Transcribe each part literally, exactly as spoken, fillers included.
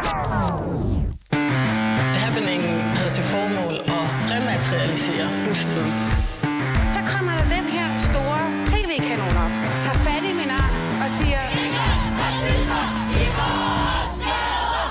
Happeningen havde til formål at rematerialisere busten. Så kommer der den her store tv-kanon op, tager fat i min arm og siger... Ingen racister i vores gader!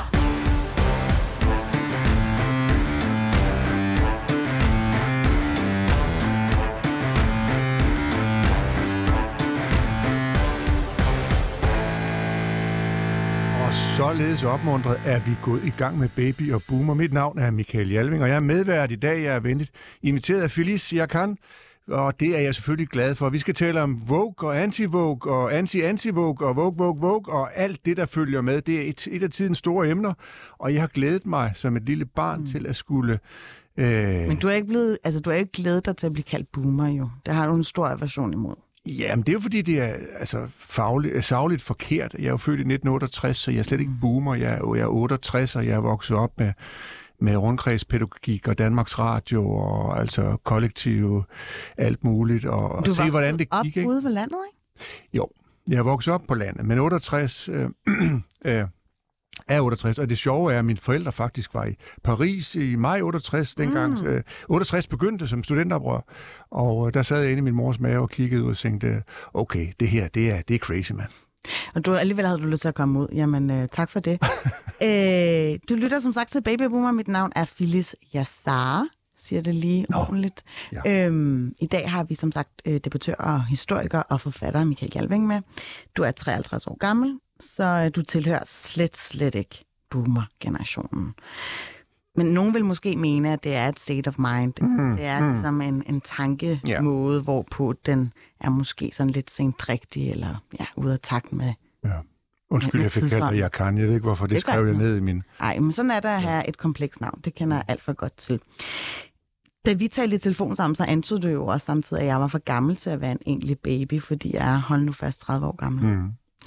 Således opmuntret er vi gået i gang med Baby og Boomer. Mit navn er Michael Jalving, og jeg er medvært i dag. Jeg er venligt inviteret af Felice Yakan, og det er jeg selvfølgelig glad for. Vi skal tale om Vogue og anti-Vogue og anti-anti-Vogue og Vogue, Vogue, Vogue og alt det, der følger med. Det er et, et af tidens store emner, og jeg har glædet mig som et lille barn mm. til at skulle... Øh... Men du er ikke blevet, altså du er ikke glædet dig til at blive kaldt boomer, jo. Der har du en stor aversion imod. Jamen, det er jo fordi, det er altså, fagligt, sagligt forkert. Jeg er jo født i nitten otteogtres, så jeg er slet ikke boomer. Jeg er, jeg er otteogtres, og jeg er vokset op med, med rundkredspædagogik og Danmarks Radio, og altså kollektiv, alt muligt. Og, du og se, hvordan det gik. Du var ude på landet, ikke? Jo, jeg er vokset op på landet, men otteogtres... Øh, øh, er otteogtres, og det sjove er, at mine forældre faktisk var i Paris i maj otteogtres, dengang mm. øh, otteogtres begyndte som studenteroprør, og øh, der sad jeg inde i min mors mave og kiggede ud og tænkte, okay, det her, det er, det er crazy, mand. Og du, alligevel havde du lyst til at komme ud. Jamen, øh, tak for det. øh, du lytter som sagt til Baby Boomer. Mit navn er Felice Yassar, siger det lige Nå. ordentligt. Ja. Øhm, I dag har vi som sagt øh, debattør og historiker og forfatter Michael Jalving med. Du er treoghalvtreds år gammel, så du tilhører slet, slet ikke boomer-generationen. Men nogen vil måske mene, at det er et state of mind. Mm, det er mm. ligesom en, en tankemåde, yeah. hvorpå den er måske sådan lidt sendrægtig, eller ja, ude af takt med... Ja. Undskyld, med jeg fik kaldt dig Yakan. Jeg ved ikke, hvorfor det, det skrev jeg ned i min... Nej, men sådan er der at have et komplekst navn. Det kender jeg alt for godt til. Da vi talte i telefon sammen, så antog du jo også samtidig, at jeg var for gammel til at være en egentlig baby, fordi jeg er, hold nu fast, tredive år gammel. Mm.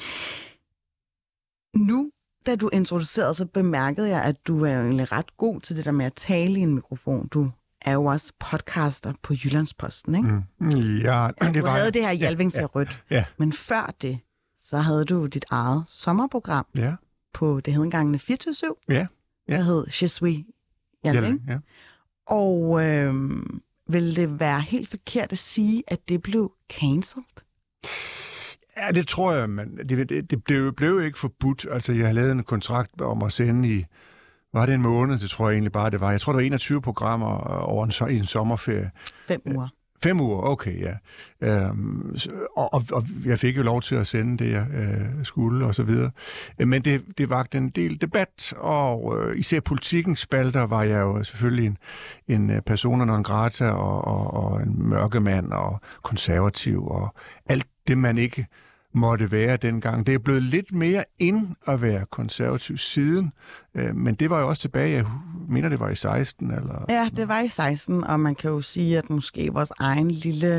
Nu, da du introducerede, så bemærkede jeg, at du er jo egentlig ret god til det der med at tale i en mikrofon. Du er jo også podcaster på Jyllandsposten, ikke? Mm. Ja, det du var... havde det her Jalving til ja, rødt. Ja. Men før det, så havde du dit eget sommerprogram ja. på det hed engang fireogtyve syv. Ja. Ja. Der hed Je suis Jalving. Ja. Og øh, vil det være helt forkert at sige, at det blev cancelled? Ja, det tror jeg, men det, det, det blev, blev ikke forbudt. Altså, jeg har lavet en kontrakt om at sende i, var det en måned? Det tror jeg egentlig bare, det var. Jeg tror, det var enogtyve programmer over en, en sommerferie. Fem uger. Fem uger, okay, ja. Øhm, og, og, og jeg fik jo lov til at sende det, jeg øh, skulle, og så videre. Men det, det vagte en del debat, og øh, især politikens spalter var jeg jo selvfølgelig en, en persona non grata, og, og, og en mørkemand, og konservativ, og alt det, man ikke måtte være dengang. Det er blevet lidt mere ind at være konservativ siden, øh, men det var jo også tilbage, jeg mener, det var i seksten, eller... Ja, det var i seksten, og man kan jo sige, at måske vores egen lille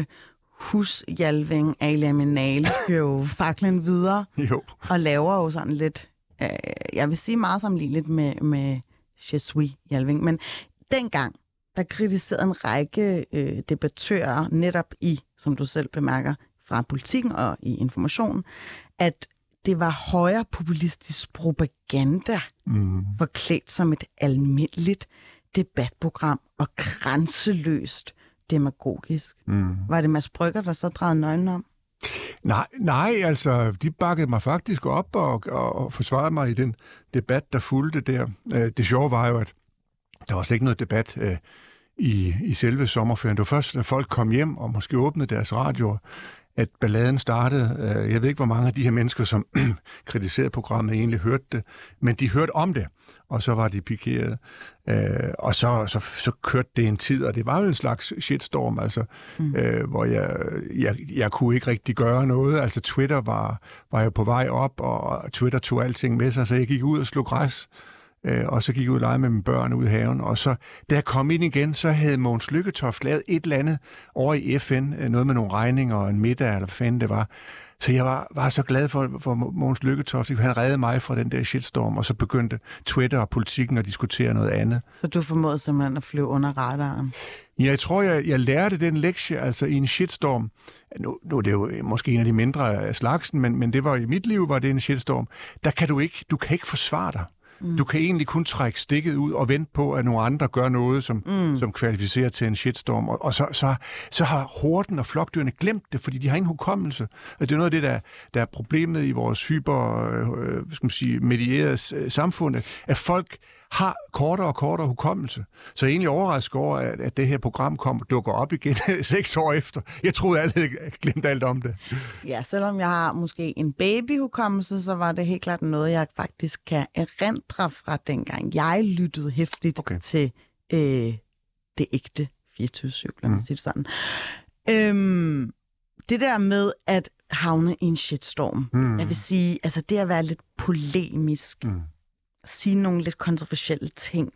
husjalving, Alia Minali, fører jo faklen videre, jo. Og laver jo sådan lidt, øh, jeg vil sige meget sammenligneligt med, med Je suis Jalving, men dengang, der kritiserede en række øh, debattører netop i, som du selv bemærker, fra politikken og i informationen, at det var højre populistisk propaganda, mm. forklædt som et almindeligt debatprogram og grænseløst demagogisk. Mm. Var det Mads Brügger, der så drejede nøglen om? Nej, nej, altså, de bakkede mig faktisk op og, og, og forsvarede mig i den debat, der fulgte der. Det sjove var jo, at der var slet ikke noget debat øh, i, i selve sommerferien. Det var først, da folk kom hjem og måske åbnede deres radioer, at balladen startede. Jeg ved ikke, hvor mange af de her mennesker, som kritiserede programmet, egentlig hørte det, men de hørte om det, og så var de pikeret. Og så, så, så kørte det en tid, og det var jo en slags shitstorm, altså, mm. øh, hvor jeg, jeg, jeg kunne ikke rigtig gøre noget. Altså, Twitter var, var jo på vej op, og Twitter tog alting med sig, så jeg gik ud og slog græs. Og så gik jeg ud og legede med mine børn ude i haven. Og så, da jeg kom ind igen, så havde Mogens Lykketoft lavet et eller andet over i F N. Noget med nogle regninger og en middag, eller hvad fanden det var. Så jeg var, var så glad for, for Mogens Lykketoft. Han reddede mig fra den der shitstorm, og så begyndte Twitter og politikken at diskutere noget andet. Så du formåede simpelthen at flyve under radaren? Ja, jeg tror, jeg, jeg lærte den lektie, altså i en shitstorm. Nu, nu er det jo måske en af de mindre af slagsen, men, men det var i mit liv, var det en shitstorm. Der kan du ikke, du kan ikke forsvare dig. Mm. Du kan egentlig kun trække stikket ud og vente på, at nogle andre gør noget, som, mm. som kvalificerer til en shitstorm. Og, og så, så, så har horden og flokdyrene glemt det, fordi de har ingen hukommelse. Og det er noget af det, der, der er problemet i vores hyper, øh, skal man sige, medierede samfund, at folk har kortere og kortere hukommelse. Så jeg er egentlig overrasket over, at, at det her program kom og dukker op igen seks år efter. Jeg troede, alle havde glemt alt om det. Ja, selvom jeg har måske en babyhukommelse, så var det helt klart noget, jeg faktisk kan erindre fra dengang. Jeg lyttede hæftigt okay. til øh, det ægte fireogtyve syv, lad mig sige det sådan. Øhm, det der med at havne i en shitstorm, mm. jeg vil sige, altså det at være lidt polemisk, mm. sige nogle lidt kontroversielle ting.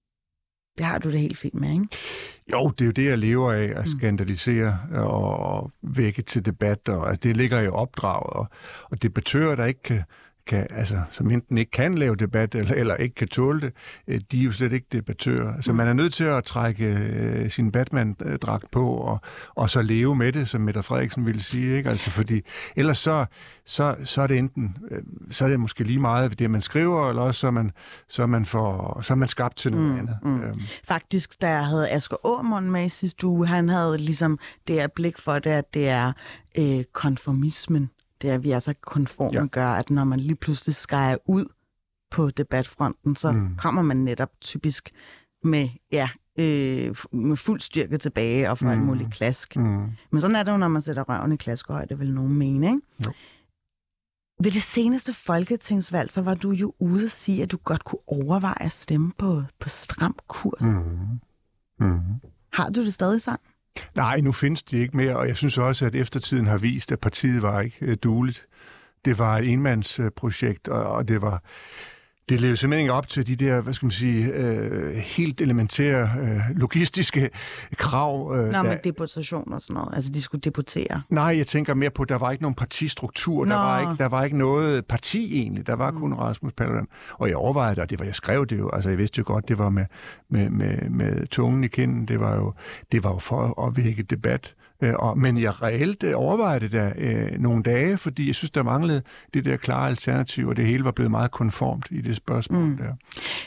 Det har du det helt fint med, ikke? Jo, det er jo det, jeg lever af, at skandalisere og vække til debat. Og, altså, det ligger i opdraget, og, og debattører, der ikke kan, kan, altså, som enten ikke kan lave debat, eller, eller ikke kan tåle det, de er jo slet ikke debattører. Altså, man er nødt til at trække øh, sin Batman-dragt på, og, og så leve med det, som Mette Frederiksen ville sige, ikke? Altså, fordi ellers så, så, så er det enten, øh, så er det måske lige meget ved det, man skriver, eller også så er man, så er man, for, så er man skabt til noget mm, andet. Mm. Øhm. Faktisk, da jeg havde Asger Aamund med i sidste uge, han havde ligesom det her blik for det, at det er øh, konformismen. Det er, at vi er så konforme, ja. gør, at når man lige pludselig skærer ud på debatfronten, så mm. kommer man netop typisk med, ja, øh, med fuld styrke tilbage og får mm. alt muligt klask. Mm. Men sådan er det jo, når man sætter røven i klaskehøjde, vil nogen mene, ikke? Jo. Ved det seneste folketingsvalg, så var du jo ude at sige, at du godt kunne overveje at stemme på, på stram kurs. Mm. Mm. Har du det stadig sådan? Nej, nu findes det ikke mere, og jeg synes også, at eftertiden har vist, at partiet var ikke uh, dueligt. Det var et enmandsprojekt, og, og det var det levede simpelthen ikke op til de der, hvad skal man sige, øh, helt elementære øh, logistiske krav. Øh, Nå, med deportation og sådan noget. Altså, de skulle deportere. Nej, jeg tænker mere på, at der var ikke nogen partistruktur. Der var ikke, der var ikke noget parti egentlig. Der var mm. kun Rasmus Paludan. Og jeg overvejede det, og det var, jeg skrev det jo. Altså, jeg vidste jo godt, det var med, med, med, med tungen i kinden. Det var jo, det var jo for at vække debat. Øh, og, men jeg reelt øh, overvejede det der øh, nogle dage, fordi jeg synes, der manglede det der klare alternativ, og det hele var blevet meget konformt i det spørgsmål mm. der.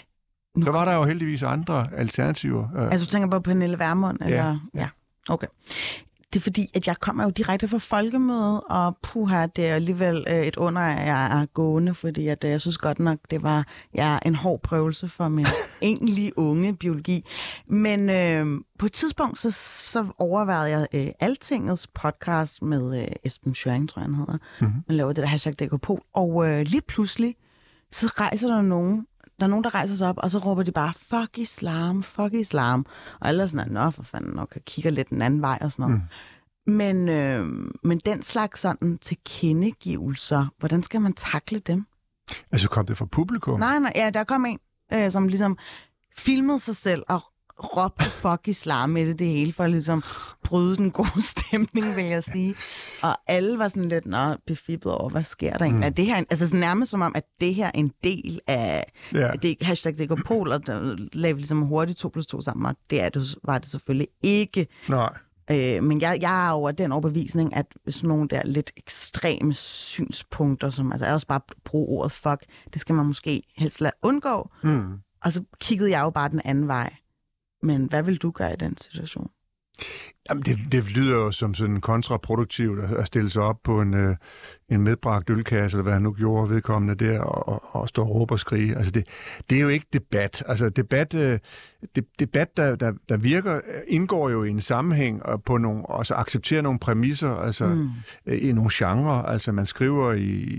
Så var der jo heldigvis andre alternativer. Altså, du tænker på Pernille Vermund? Ja. Eller? Ja. Okay. Det er fordi, at jeg kommer jo direkte fra folkemødet, og puha, det er alligevel øh, et under, at jeg er gående, fordi at, øh, jeg synes godt nok, det var ja, en hård prøvelse for min egentlig unge biologi. Men øh, på et tidspunkt, så, så overvejede jeg øh, Altingets podcast med øh, Esben Schøring, tror jeg, han hedder. Mm-hmm. Man laver det der hashtag D K Pol, og øh, lige pludselig, så rejser der nogen, der er nogen, der rejser sig op, og så råber de bare, fuck islam, fuck islam. Og alle er sådan, nå for fanden, nok kigger lidt den anden vej og sådan noget. Mm. Men, øh, men den slags sådan tilkendegivelser, hvordan skal man takle dem? Altså kom det fra publikum? Nej, nej, ja, der kom en, øh, som ligesom filmede sig selv og råbte fuck islam med det, det hele, for at ligesom bryde den gode stemning, vil jeg sige. Og alle var sådan lidt, nå, befippet over, hvad sker der egentlig? Mm. Er det her, altså sådan nærmest som om, at det her er en del af yeah. det, hashtag D K Pol, og der lavede vi ligesom hurtigt to plus to sammen, og det, er det var det selvfølgelig ikke. Nej. Øh, men jeg, jeg er over den overbevisning, at sådan nogle der lidt ekstreme synspunkter, som altså også bare bruge ordet fuck, det skal man måske helst lade undgå. Mm. Og så kiggede jeg jo bare den anden vej. Men hvad vil du gøre i den situation? Jamen, det, det lyder jo som sådan kontraproduktivt at stille sig op på en, øh, en medbragt ølkasse, eller hvad han nu gjorde vedkommende der, og, og, og stå og råbe og skrige. Altså, det, det er jo ikke debat. Altså, debat, øh, det, debat der, der, der virker, indgår jo i en sammenhæng, og på nogle, og så accepterer nogle præmisser, altså mm. øh, i nogle genrer. Altså, man skriver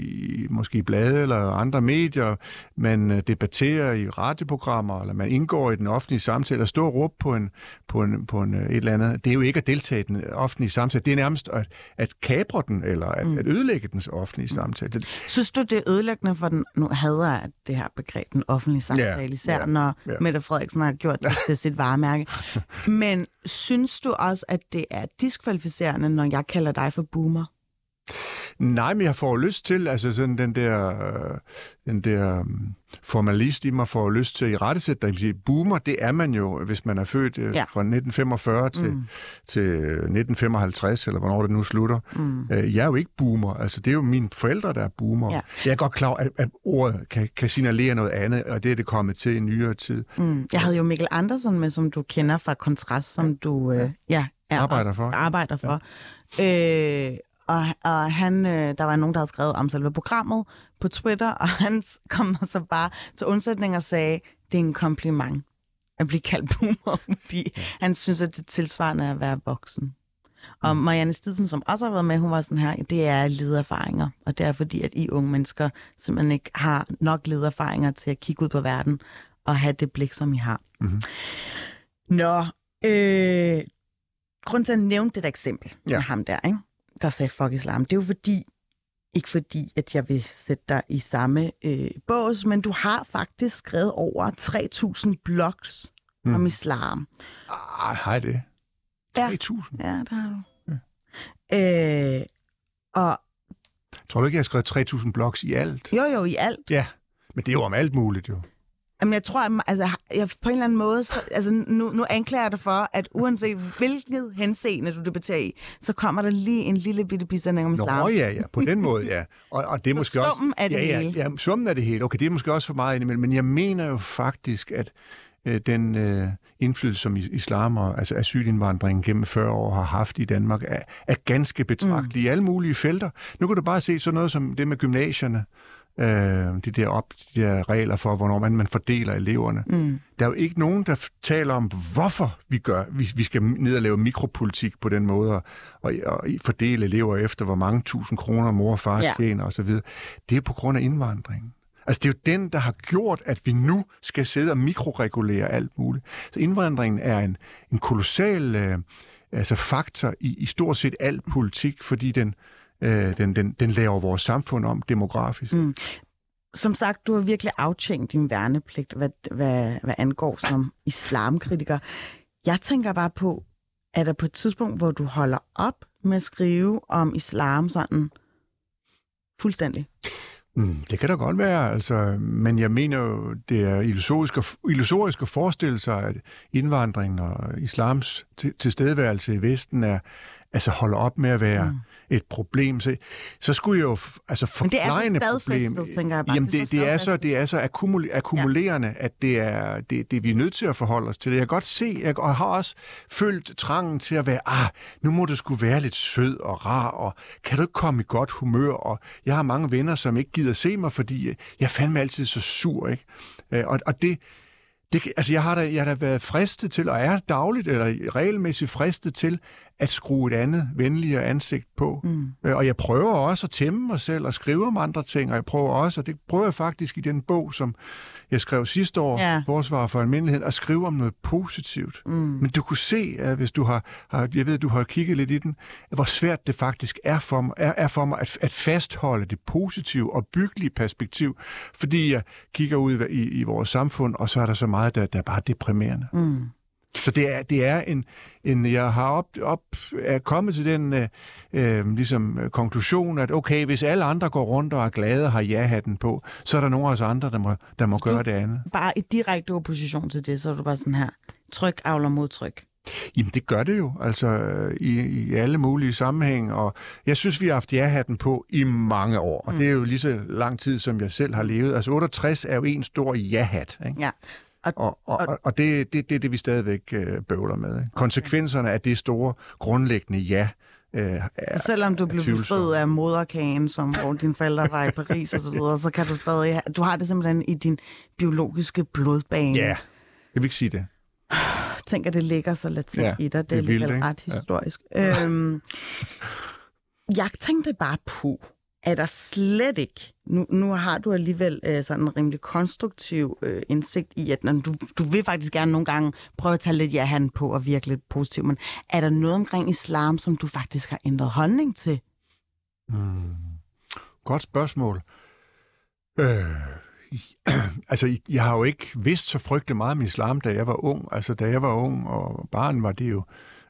i måske i blade eller andre medier, man øh, debatterer i radioprogrammer, eller man indgår i den offentlige samtale, og står og råbe på, en, på, en, på en, et eller andet. Det er jo ikke at deltage i den offentlige samtale. Det er nærmest at, at kapre den, eller at, mm. at ødelægge dens offentlige samtale. Det... Synes du, det er ødelæggende for den, nu hader jeg det her begreb, den offentlige samtale, ja, især ja, når ja. Mette Frederiksen har gjort det til sit varemærke. Men synes du også, at det er diskvalificerende, når jeg kalder dig for boomer? Nej, men jeg får lyst til, altså sådan den der, øh, den der um, formalist i mig får lyst til at irettesætte dig. Boomer, det er man jo, hvis man er født øh, ja. fra nitten femogfyrre til, mm. til nitten femoghalvtreds, eller hvornår det nu slutter. Mm. Øh, jeg er jo ikke boomer, altså det er jo mine forældre, der er boomer. Ja. Jeg er godt klar, at, at ordet kan, kan signalere noget andet, og det er det kommet til i nyere tid. Mm. Jeg havde jo Mikkel Andersen med, som du kender fra Kontrast, som du øh, ja, er arbejder for. Arbejder for. Ja. Øh, Og, og han, øh, der var nogen, der havde skrevet om selve programmet på Twitter, og han kom så bare til undsætning og sagde, det er en kompliment at blive kaldt boomer, fordi ja. han synes, at det tilsvarende er at være voksen. Og Marianne Stidsen, som også har været med, hun var sådan her, det er ledererfaringer, og det er fordi, at I unge mennesker simpelthen ikke har nok ledererfaringer til at kigge ud på verden og have det blik, som I har. Mm-hmm. Nå, øh, grunden til at nævne det der eksempel ja. med ham der, ikke? der sagde fuck islam, det er jo fordi, ikke fordi, at jeg vil sætte dig i samme øh, bås, men du har faktisk skrevet over tre tusind blogs mm. om islam. Ah, hej det. tre tusind? Ja, ja, det har du. Ja. Øh, og... Tror du ikke, jeg har skrevet tre tusind blogs i alt? Jo, jo, i alt. Ja, men det er jo om alt muligt, jo. Jamen, jeg tror, at altså, jeg, på en eller anden måde, så, altså, nu, nu anklager jeg dig for, at uanset hvilket henseende du debatterer i, så kommer der lige en lille bitte bisanding om islam. Nå ja, ja, på den måde, ja. Og, og det er så måske summen også, er det ja, hele. Ja, ja, summen er det hele. Okay, det er måske også for meget indimellem, men jeg mener jo faktisk, at øh, den øh, indflydelse, som islam og altså asylindvandringen gennem fyrre år har haft i Danmark, er, er ganske betragtelig mm. i alle mulige felter. Nu kan du bare se sådan noget som det med gymnasierne, Øh, de, der op, de der regler for, hvornår man, man fordeler eleverne. Mm. Der er jo ikke nogen, der taler om, hvorfor vi gør, vi, vi skal ned og lave mikropolitik på den måde, og, og, og fordele elever efter, hvor mange tusind kroner mor og far ja. tjener osv. Det er på grund af indvandringen. Altså, det er jo den, der har gjort, at vi nu skal sidde og mikroregulere alt muligt. Så indvandringen er en, en kolossal øh, altså faktor i, i stort set al politik, fordi den Den, den, den laver vores samfund om demografisk. Mm. Som sagt, du har virkelig aftjent din værnepligt, hvad, hvad, hvad angår som islamkritiker. Jeg tænker bare på, er der på et tidspunkt, hvor du holder op med at skrive om islam sådan fuldstændig? Mm, det kan da godt være, altså, men jeg mener jo, det er illusorisk at, illusorisk at forestille sig, at indvandringen og islams til, tilstedeværelse i Vesten er, altså holder op med at være mm. et problem. Så, så skulle jeg jo altså forklejne problem. Men det er så tænker jeg bare. Jamen, det, det, er så, det er så akkumul- akkumulerende, ja. at det er det, det, vi er nødt til at forholde os til det. Jeg kan godt se, jeg har også følt trangen til at være, ah, nu må du sgu være lidt sød og rar, og kan du ikke komme i godt humør? Og jeg har mange venner, som ikke gider se mig, fordi jeg er fandme altid så sur, ikke? Og, og det... Det, altså, jeg har, da, jeg har da været fristet til, og er dagligt eller regelmæssigt fristet til, at skrue et andet, venligere ansigt på. Mm. Og jeg prøver også at tæmme mig selv og skrive om andre ting, og jeg prøver også, og det prøver jeg faktisk i den bog, som jeg skrev sidste år, ja. Forsvar for almindeligheden, at skrive om noget positivt. Mm. Men du kunne se, at hvis du har, har, jeg ved, du har kigget lidt i den, hvor svært det faktisk er for mig, er, er for mig at, at fastholde det positive og byggelige perspektiv, fordi jeg kigger ud i, i vores samfund, og så er der så meget, der, der er bare deprimerende. Mm. Så det er, det er en, en, jeg har op, op, er kommet til den øh, øh, ligesom, konklusion, at okay, hvis alle andre går rundt og er glade og har ja-hatten på, så er der nogle af os andre, der må, der må gøre det andet. Bare i direkte opposition til det, så er du bare sådan her, tryk, avler modtryk. Jamen, det gør det jo, altså i, i alle mulige sammenhæng, og jeg synes, vi har haft ja-hatten på i mange år, og mm. det er jo lige så lang tid, som jeg selv har levet. Altså otteogtres er jo en stor ja-hat, ikke? Ja. Og, og, og, og det, det, det er det, vi stadigvæk øh, bøvler med. Ikke? Konsekvenserne af det store, grundlæggende ja. Øh, er, Selvom du blev befriet af moderkagen, som hvor dine forældre var i Paris og så videre, så kan du stadig... Du har det simpelthen i din biologiske blodbane. Ja, jeg vil ikke sige det. Jeg tænker, det ligger så latent ja, i dig. Det er alligevel ret historisk. Ja. Øhm, jeg tænkte bare på, er der slet ikke, nu, nu har du alligevel øh, sådan en rimelig konstruktiv øh, indsigt i, at når du, du vil faktisk gerne nogle gange prøve at tage lidt ja-hand på og virke lidt positiv, men er der noget omkring islam, som du faktisk har ændret holdning til? Hmm. Godt spørgsmål. Øh, altså, jeg har jo ikke vidst så frygtelig meget om islam, da jeg var ung. Altså, da jeg var ung og barn, var det jo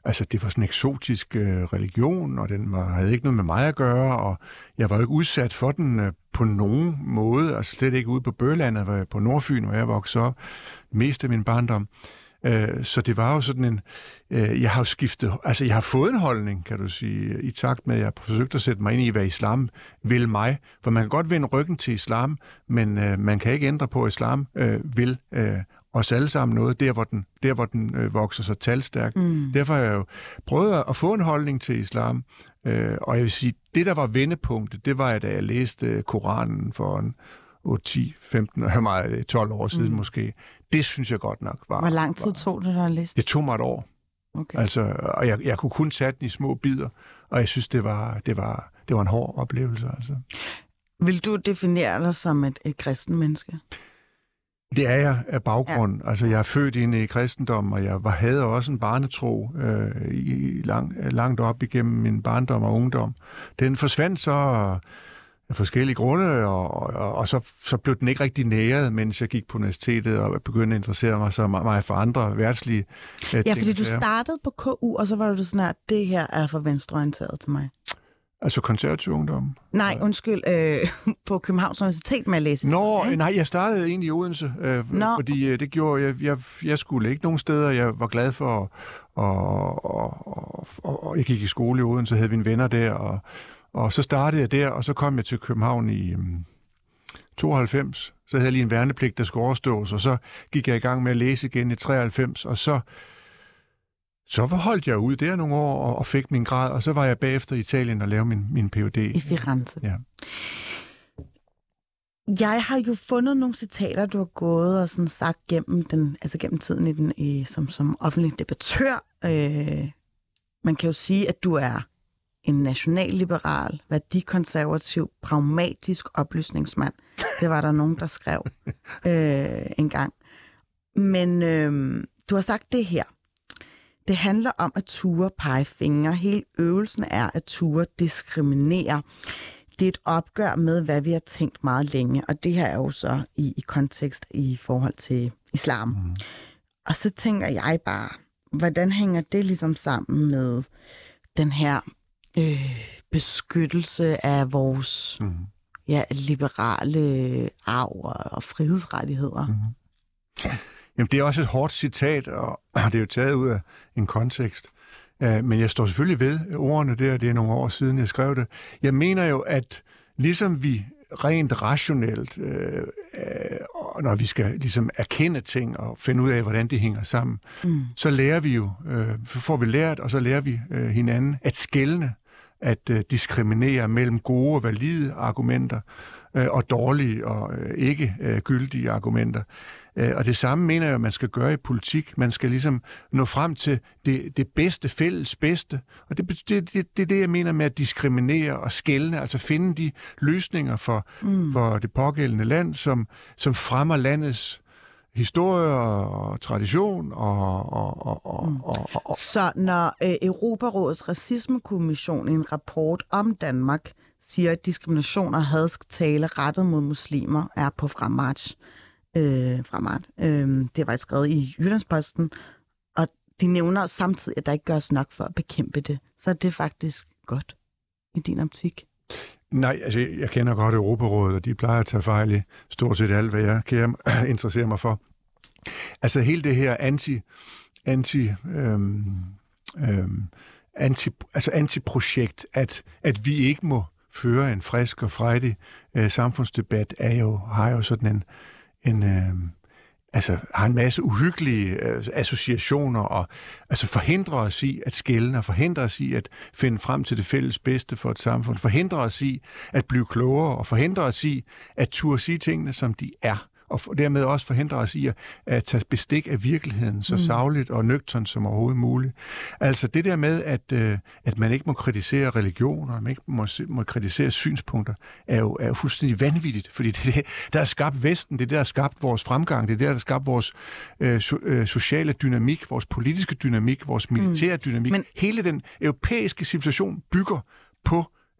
altså, det var sådan en eksotisk øh, religion, og den var, havde ikke noget med mig at gøre, og jeg var jo ikke udsat for den øh, på nogen måde, altså slet ikke ude på Bøgelandet, hvor jeg på Nordfyn, hvor jeg voksede op, mest af min barndom. Øh, så det var jo sådan en, øh, jeg har jo skiftet, altså jeg har fået en holdning, kan du sige, i takt med, at jeg har forsøgt at sætte mig ind i, hvad islam vil mig. For man kan godt vende ryggen til islam, men øh, man kan ikke ændre på, at islam øh, vil øh, os alle sammen noget, der hvor den, der, hvor den øh, vokser sig talstærkt. Mm. Derfor har jeg jo prøvet at få en holdning til islam, øh, og jeg vil sige, det der var vendepunktet, det var, da jeg læste øh, Koranen for en otte, ti, femten, meget, tolv år siden mm. måske. Det synes jeg godt nok var... Hvor lang tid tog det, der at læse? Det tog mig et år. Okay. Altså, og jeg, jeg kunne kun tage den i små bidder, og jeg synes, det var, det var, det var en hård oplevelse. Altså. Vil du definere dig som et, et kristen menneske? Det er jeg af baggrund. Ja. Altså, jeg er født ind i kristendom, og jeg var, havde også en barnetro øh, i, lang, langt op igennem min barndom og ungdom. Den forsvandt så af forskellige grunde, og, og, og så, så blev den ikke rigtig næret, mens jeg gik på universitetet og begyndte at interessere mig så meget for andre værtslige øh, Ja, ting. fordi du startede på K U, og så var det sådan, at det her er for venstreorienteret til mig. Altså konservativ ungdom? Nej, undskyld, øh, på Københavns Universitet med at læse. Nå, nej, jeg startede egentlig i Odense, øh, fordi øh, det gjorde, jeg, jeg, jeg skulle ikke nogen steder. Jeg var glad for, og, og, og, og jeg gik i skole i Odense, havde mine venner der, og, og så startede jeg der, og så kom jeg til København i um, tooghalvfems. Så havde jeg lige en værnepligt, der skulle overstås, og så gik jeg i gang med at læse igen i treoghalvfems, og så Så holdt jeg ud der nogle år og, og fik min grad, og så var jeg bagefter i Italien og lavede min, min P H D. I Firenze. Ja. Jeg har jo fundet nogle citater, du har gået og sådan sagt gennem, den, altså gennem tiden i den, i, som, som offentlig debattør. Øh, man kan jo sige, at du er en nationalliberal, værdikonservativ, pragmatisk oplysningsmand. Det var der nogen, der skrev øh, engang. Men øh, du har sagt det her. Det handler om at ture pege fingre. Hele øvelsen er at ture diskriminere. Det er et opgør med, hvad vi har tænkt meget længe. Og det her er jo så i, i kontekst i forhold til islam. Mm. Og så tænker jeg bare, hvordan hænger det ligesom sammen med den her øh, beskyttelse af vores mm. ja, liberale arv og frihedsrettigheder? Mm. Jamen, det er også et hårdt citat, og det er jo taget ud af en kontekst. Men jeg står selvfølgelig ved ordene der, det er nogle år siden, jeg skrev det. Jeg mener jo, at ligesom vi rent rationelt, øh, når vi skal ligesom erkende ting og finde ud af, hvordan det hænger sammen, mm. så lærer vi jo, øh, får vi lært, og så lærer vi øh, hinanden at skelne, at øh, diskriminere mellem gode og valide argumenter øh, og dårlige og øh, ikke øh, gyldige argumenter. Øh, og det samme mener jeg, at man skal gøre i politik. Man skal ligesom nå frem til det, det bedste, fælles bedste. Og det, det, det, det er det, jeg mener med at diskriminere og skelne, altså finde de løsninger for, mm. for det pågældende land, som, som fremmer landets historie og tradition. Og, og, og, og, mm. og, og, og. Så når øh, Europarådets Racismekommission i en rapport om Danmark siger, at diskrimination og hadsk tale rettet mod muslimer er på fremmarch, øh, fremmarch. Øh, det var skrevet i Jyllandsposten, og de nævner samtidig, at der ikke gøres nok for at bekæmpe det. Så er det faktisk godt i din optik. Nej, altså jeg kender godt Europarådet, og de plejer at tage fejl i stort set alt, hvad jeg kan interessere mig for. Altså hele det her anti, anti, øhm, øhm, anti, altså anti-projekt, at, at vi ikke må føre en frisk og frejdig øh, samfundsdebat, er jo, har jo sådan en, en øh, altså har en masse uhyggelige øh, associationer og altså forhindrer os i at skelne og forhindrer os i at finde frem til det fælles bedste for et samfund, forhindrer os i at blive klogere og forhindrer os i at turde sige tingene, som de er. Og dermed også forhindrer os i at, at tage bestik af virkeligheden så sagligt og nøgternt som overhovedet muligt. Altså det der med, at, øh, at man ikke må kritisere religioner, man ikke må, må kritisere synspunkter, er jo, er jo fuldstændig vanvittigt, fordi det er det, der har skabt Vesten, det er det, der har skabt vores fremgang, det er det, der har skabt vores øh, so, øh, sociale dynamik, vores politiske dynamik, vores militære dynamik. Men hele den europæiske civilisation bygger på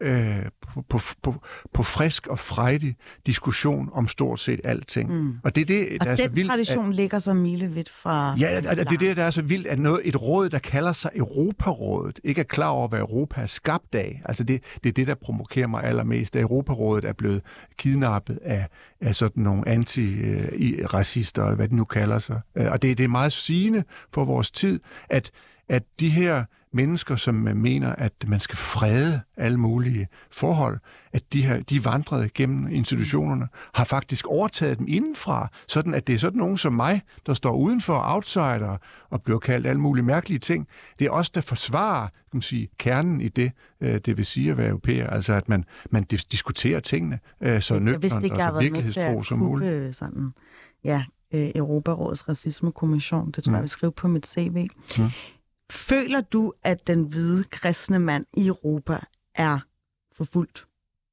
øh, på, på, på, på frisk og frejdig diskussion om stort set alting. Mm. Og det er det, der og er så den vildt, tradition at, ligger så milevidt fra... Ja, det er det, der er så vildt, at noget, et råd, der kalder sig Europarådet, ikke er klar over, hvad Europa er skabt af. Altså det, det er det, der provokerer mig allermest, at Europarådet er blevet kidnappet af, af sådan nogle anti-racister, eller hvad de nu kalder sig. Og det, det er meget sigende for vores tid, at, at de her mennesker, som mener, at man skal frede alle mulige forhold, at de, her, de vandrede gennem institutionerne, har faktisk overtaget dem indenfra, sådan at det er sådan nogen som mig, der står udenfor, outsider, og bliver kaldt alle mulige mærkelige ting. Det er os, der forsvarer, kan man sige, kernen i det, det vil sige at være europæer, altså at man, man diskuterer tingene så nøgternt og så virkelighedstro som muligt. Sådan, ja, Europarådets racismekommission, det tror mm. jeg, vi skriver på mit C V. Mm. Føler du, at den hvide kristne mand i Europa er forfulgt?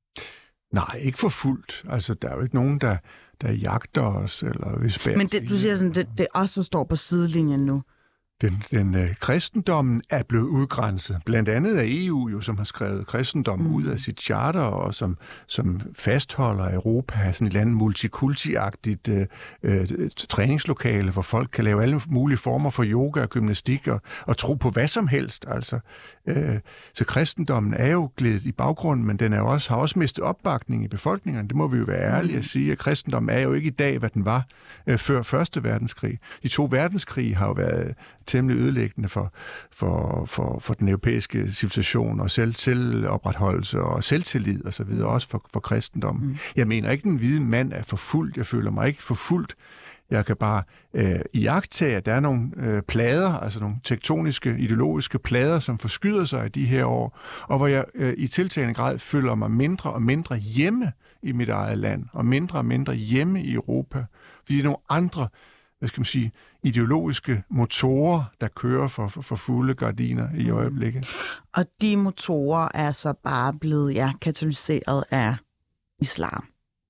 Nej, ikke forfulgt. Altså, der er jo ikke nogen, der, der jagter os, eller vil spære. Men det, du siger sådan, det, det er os, der står på sidelinjen nu. Den, den øh, kristendommen er blevet udgrænset, blandt andet af E U, jo, som har skrevet kristendommen mm. ud af sit charter, og som, som fastholder Europa sådan et eller andet multikulti-agtigt øh, øh, træningslokale, hvor folk kan lave alle mulige former for yoga og gymnastik og, og tro på hvad som helst. Altså, øh, så kristendommen er jo glædet i baggrunden, men den er jo også, har også mistet opbakning i befolkningen. Det må vi jo være ærlige at sige, at kristendommen er jo ikke i dag, hvad den var øh, før Første Verdenskrig. De to verdenskrige har jo været temmelig ødelæggende for, for, for, for den europæiske civilisation og selv, selvopretholdelse og selvtillid og så videre, også for, for kristendommen. Mm. Jeg mener ikke, at den hvide mand er forfulgt. Jeg føler mig ikke forfulgt. Jeg kan bare øh, iagttage, at der er nogle øh, plader, altså nogle tektoniske, ideologiske plader, som forskyder sig i de her år, og hvor jeg øh, i tiltagende grad føler mig mindre og mindre hjemme i mit eget land, og mindre og mindre hjemme i Europa. Fordi det er nogle andre, hvad skal man sige, ideologiske motorer, der kører for, for, for fulde gardiner i øjeblikket. Mm. Og de motorer er så bare blevet ja, katalyseret af islam.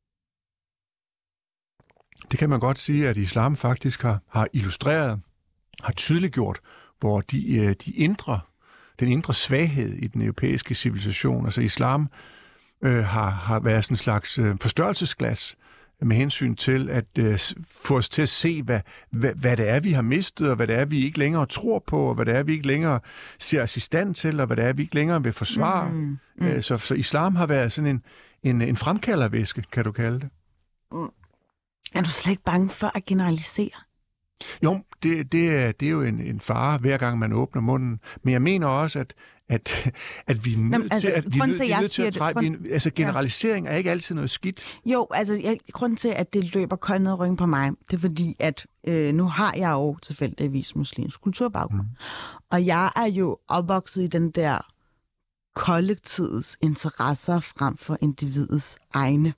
Det kan man godt sige, at islam faktisk har, har illustreret, har tydeliggjort, hvor de, de indre, den indre svaghed i den europæiske civilisation, altså islam, øh, har, har været sådan en slags øh, forstørrelsesglas med hensyn til at øh, få os til at se, hvad, hvad, hvad det er, vi har mistet, og hvad det er, vi ikke længere tror på, og hvad det er, vi ikke længere ser os i stand til, og hvad det er, vi ikke længere vil forsvare. Mm, mm. Øh, så, så islam har været sådan en, en, en fremkaldervæske, kan du kalde det. Mm. Er du slet ikke bange for at generalisere? Jo, det, det, er, det er jo en, en fare, hver gang man åbner munden. Men jeg mener også, at, at, at vi er nødt Jamen, altså, til at, vi er nødt, til, er nødt til at trække... grund... Altså, generalisering ja. er ikke altid noget skidt. Jo, altså, jeg, grunden til, at det løber koldt ned ryggen på mig, det er fordi, at øh, nu har jeg jo tilfældigvis muslimsk kulturbaggrund. Mm. Og jeg er jo opvokset i den der kollektivets interesser frem for individets egne.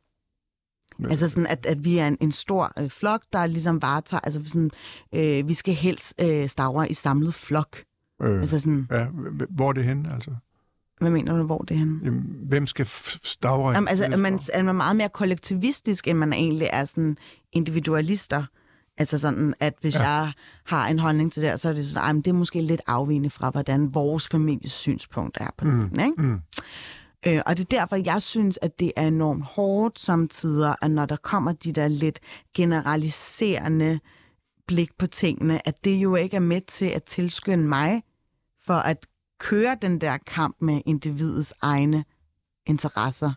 Altså sådan, at, at vi er en, en stor øh, flok, der ligesom varetager, altså sådan, øh, vi skal helst øh, stavre i samlet flok. Øh, altså sådan, ja, hvor er det henne, altså? Hvad mener du, hvor det er henne? Jamen, hvem skal stavre? Jamen, altså, man, er man meget mere kollektivistisk, end man egentlig er sådan individualister. Altså sådan, at hvis ja. jeg har en holdning til det, så er det sådan, det er måske lidt afvigende fra, hvordan vores families synspunkt er på mm, det, ikke? Mm. Øh, og det er derfor, jeg synes, at det er enormt hårdt samtidig, at når der kommer de der lidt generaliserende blik på tingene, at det jo ikke er med til at tilskynde mig for at køre den der kamp med individets egne interesser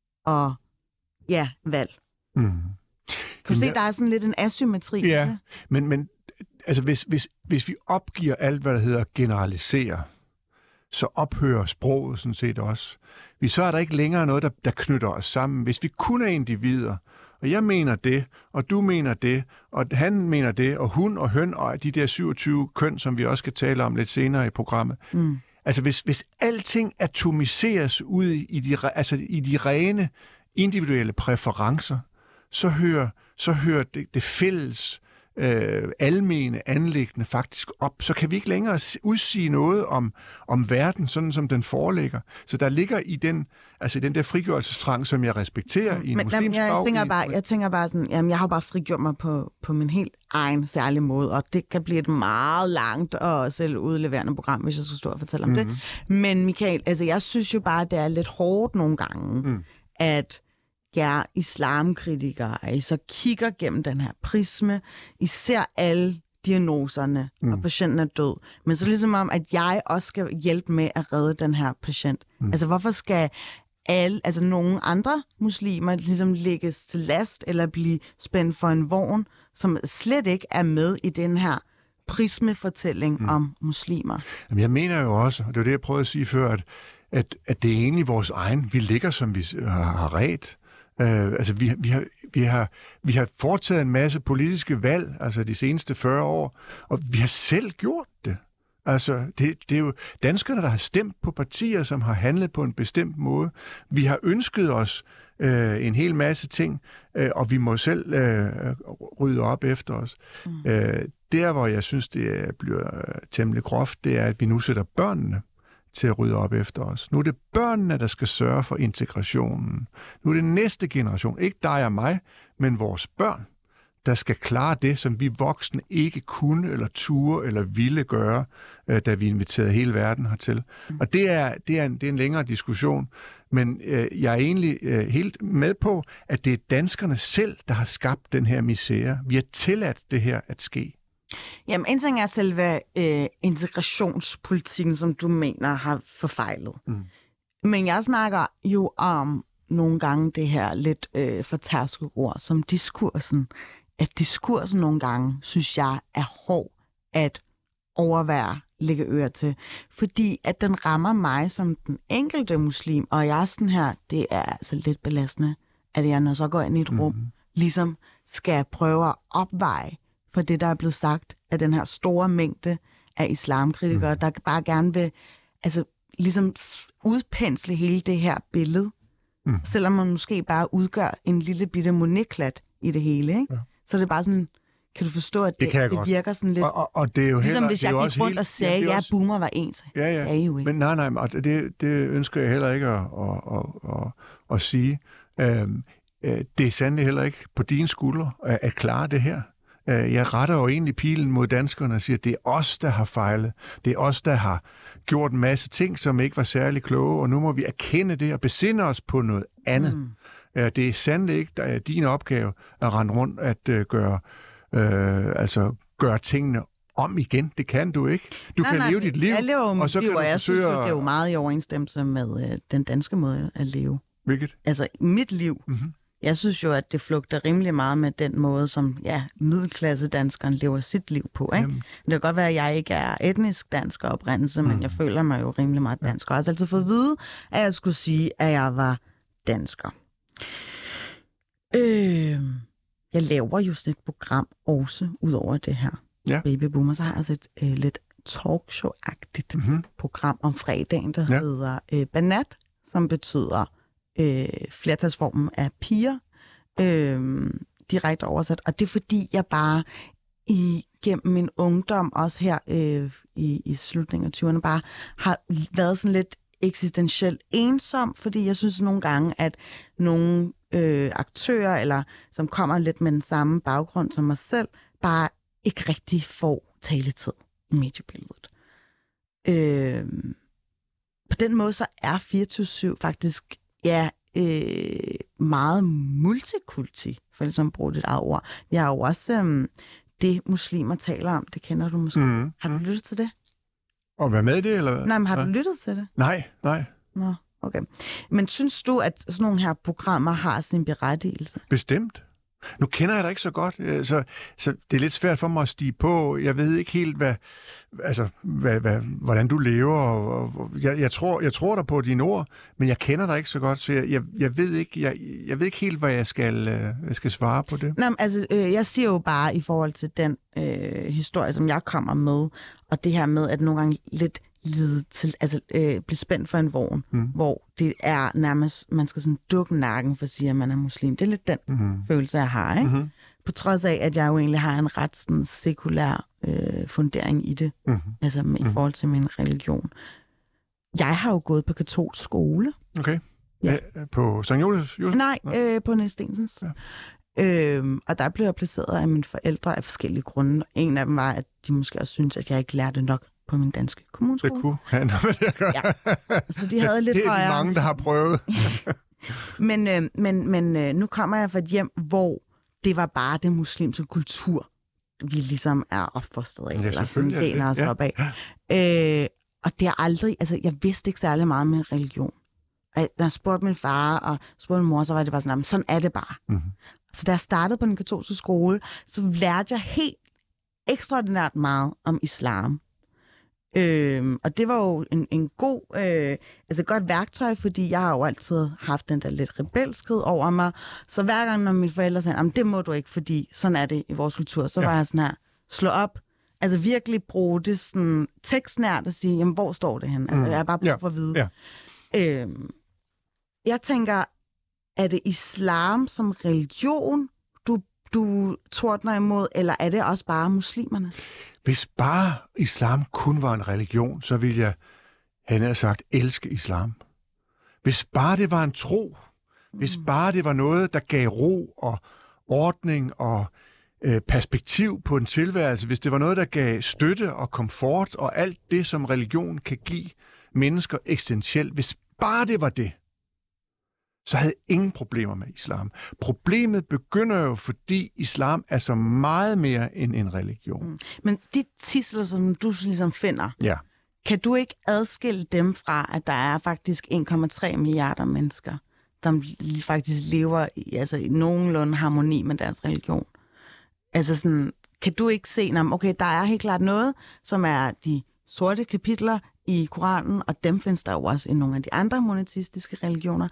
og ja, valg. Mm. Kan du se, der er sådan lidt en asymmetri? Ja, det? men, men altså, hvis, hvis, hvis vi opgiver alt, hvad der hedder generalisere, så ophører sproget sådan set også. Så er der ikke længere noget, der, der knytter os sammen. Hvis vi kun er individer, og jeg mener det, og du mener det, og han mener det, og hun og høn, og de der syvogtyve køn, som vi også skal tale om lidt senere i programmet. Mm. Altså hvis, hvis alting atomiseres ud i de, altså i de rene individuelle præferencer, så hører, så hører det, det fælles øh, almene anliggende faktisk op, så kan vi ikke længere udsige noget om, om verden, sådan som den foreligger. Så der ligger i den, altså i den der frigørelsestrang, som jeg respekterer i en Men, muslimsk jeg, bag, tænker bare, jeg tænker bare sådan, jamen jeg har jo bare frigjort mig på, på min helt egen særlige måde, og det kan blive et meget langt og selv udleverende program, hvis jeg skulle stå og fortælle om mm-hmm. det. Men Michael, altså jeg synes jo bare, at det er lidt hårdt nogle gange, mm. at jer islamkritikere, at I så kigger gennem den her prisme, I ser alle diagnoserne, mm. og patienten er død. Men så ligesom om, at jeg også skal hjælpe med at redde den her patient. Mm. Altså hvorfor skal alle, altså nogle andre muslimer ligesom lægges til last, eller blive spændt for en vogn, som slet ikke er med i den her prismefortælling mm. om muslimer? Jamen, jeg mener jo også, og det var det, jeg prøvede at sige før, at, at, at det er egentlig vores egen, vi ligger, som vi har, har ret. Uh, altså, vi, vi, har, vi, har, vi har foretaget en masse politiske valg, altså de seneste fyrre år, og vi har selv gjort det. Altså, det, det er jo danskerne, der har stemt på partier, som har handlet på en bestemt måde. Vi har ønsket os øh, en hel masse ting, øh, og vi må selv øh, rydde op efter os. Mm. Øh, der, hvor jeg synes, det bliver temmelig groft, det er, at vi nu sætter børnene til at rydde op efter os. Nu er det børnene, der skal sørge for integrationen. Nu er det næste generation, ikke dig og mig, men vores børn, der skal klare det, som vi voksne ikke kunne, eller turde, eller ville gøre, øh, da vi inviterede hele verden hertil. Mm. Og det er, det, er en, det er en længere diskussion, men øh, jeg er egentlig øh, helt med på, at det er danskerne selv, der har skabt den her misære. Vi har tilladt det her at ske. Jamen, en ting er selve øh, integrationspolitikken, som du mener har forfejlet. Mm. Men jeg snakker jo om nogle gange det her lidt øh, fortærskede ord, som diskursen. At diskursen nogle gange, synes jeg, er hård at overvære, lægge øre til. Fordi at den rammer mig som den enkelte muslim, og jeg er sådan her, det er altså lidt belastende, at jeg når så går ind i et rum, mm-hmm. ligesom skal prøve at opveje for det, der er blevet sagt af den her store mængde af islamkritikere, mm. der bare gerne vil altså, ligesom udpensle hele det her billede, mm. selvom man måske bare udgør en lille bitte moniklat i det hele, ikke? Ja. Så det er bare sådan, kan du forstå, at det, det, det virker sådan lidt... Og, og, og det er jo ligesom heller, hvis jeg gik rundt helt, og sagde, ja, ja også... boomer var ens. Ja, ja. Er I jo ikke. Men nej, nej, og det, det ønsker jeg heller ikke at, at, at, at, at sige. Øhm, det er sandelig heller ikke på dine skuldre at, at klare det her. Jeg retter jo egentlig pilen mod danskerne og siger, at det er os, der har fejlet. Det er os, der har gjort en masse ting, som ikke var særlig kloge, og nu må vi erkende det og besinde os på noget andet. Mm. Det er sandelig ikke din opgave at rende rundt at uh, gøre, uh, altså, gøre tingene om igen. Det kan du ikke. Du nej, kan nej, leve dit liv, jeg lever og så liv, kan du jeg forsøge... synes, det er jo meget i overensstemmelse med uh, den danske måde at leve. Hvilket? Altså, mit liv... Mm-hmm. Jeg synes jo, at det flugter rimelig meget med den måde, som ja, middelklasse-danskeren lever sit liv på. Ikke? Det kan godt være, at jeg ikke er etnisk dansk oprindelse, mm. men jeg føler mig jo rimelig meget dansk. Og jeg har altid fået at vide, at jeg skulle sige, at jeg var dansker. Øh, jeg laver jo sådan et program også, ud over det her. Ja. Baby Boomer, så har jeg altså et øh, lidt talkshow-agtigt mm-hmm. program om fredagen, der ja. hedder øh, Banat, som betyder... Øh, flertalsformen af piger, øh, direkte oversat. Og det er fordi, jeg bare igennem min ungdom, også her øh, i, i slutningen af tyverne, bare har været sådan lidt eksistentielt ensom, fordi jeg synes nogle gange, at nogle øh, aktører, eller som kommer lidt med den samme baggrund som mig selv, bare ikke rigtig får taletid i mediebilledet. Øh, på den måde, så er fireogtyve syv faktisk ja, øh, meget multikulti, for ligesom at bruge dit eget ord. Vi har jo også øh, det, muslimer taler om. Det kender du måske. Mm. Har du lyttet til det? Og være med i det, eller? Nej, men har ja. du lyttet til det? Nej, nej. Nå, okay. Men synes du, at sådan nogle her programmer har sin berettigelse? Bestemt. Nu kender jeg dig ikke så godt, så, så det er lidt svært for mig at stige på. Jeg ved ikke helt, hvad, altså, hvad, hvad, hvordan du lever. Og, og, jeg, jeg, tror, jeg tror dig på dine ord, men jeg kender dig ikke så godt, så jeg, jeg, jeg, ved, ikke, jeg, jeg ved ikke helt, hvad jeg skal, jeg skal svare på det. Nå, altså, øh, jeg siger jo bare i forhold til den øh, historie, som jeg kommer med, og det her med, at nogle gange lidt lide til, altså øh, blive spændt for en vogn, mm. hvor det er nærmest, man skal sådan dukke nakken for at sige, at man er muslim. Det er lidt den mm. følelse, jeg har, ikke? Mm-hmm. på trods af, at jeg jo egentlig har en ret sådan, sekulær øh, fundering i det, mm-hmm. altså med, mm-hmm. i forhold til min religion. Jeg har jo gået på katolsk skole. Okay. Ja. Æ, på Sankt Josef? Josef? Nej, øh, på Niels Stensens. Ja. Øhm, og der blev jeg placeret af mine forældre af forskellige grunde. En af dem var, at de måske også syntes, at jeg ikke lærte nok på min danske kommuneskole. Det kunne have noget med det at gøre. Ja. Så de havde lidt det er højere. mange, der har prøvet. men øh, men, men øh, nu kommer jeg fra et hjem, hvor det var bare den muslimske kultur, vi ligesom er opfostret af, ja, eller sådan læner os ja. op af. Øh, og det er aldrig, altså jeg vidste ikke særlig meget med religion. Når jeg spurgte min far og spurgte min mor, så var det bare sådan, sådan er det bare. Mm-hmm. Så da jeg startede på den katolske skole, så lærte jeg helt ekstraordinært meget om islam. Øhm, og det var jo en, en god, øh, altså godt værktøj, fordi jeg har jo altid haft den der lidt rebelskhed over mig. Så hver gang, når mine forældre sagde, det må du ikke, fordi sådan er det i vores kultur, så ja. var jeg sådan her, slå op, altså virkelig bruge det sådan tekstnært og sige, jamen hvor står det hen? Altså jeg er bare brug for at vide. Ja. Øhm, jeg tænker, er det islam som religion, du, du tordner imod, eller er det også bare muslimerne? Hvis bare islam kun var en religion, så ville jeg, han havde sagt, elske islam. Hvis bare det var en tro, mm. hvis bare det var noget, der gav ro og ordning og øh, perspektiv på en tilværelse, hvis det var noget, der gav støtte og komfort og alt det, som religion kan give mennesker eksistentielt, hvis bare det var det, så havde jeg ingen problemer med islam. Problemet begynder jo, fordi islam er så meget mere end en religion. Mm. Men de tidsler, som du ligesom finder, ja. kan du ikke adskille dem fra, at der er faktisk en komma tre milliarder mennesker, der faktisk lever i, altså, i nogenlunde harmoni med deres religion? Altså sådan, kan du ikke se, okay, der er helt klart noget, som er de sorte kapitler i Koranen, og dem findes der jo også i nogle af de andre monoteistiske religioner.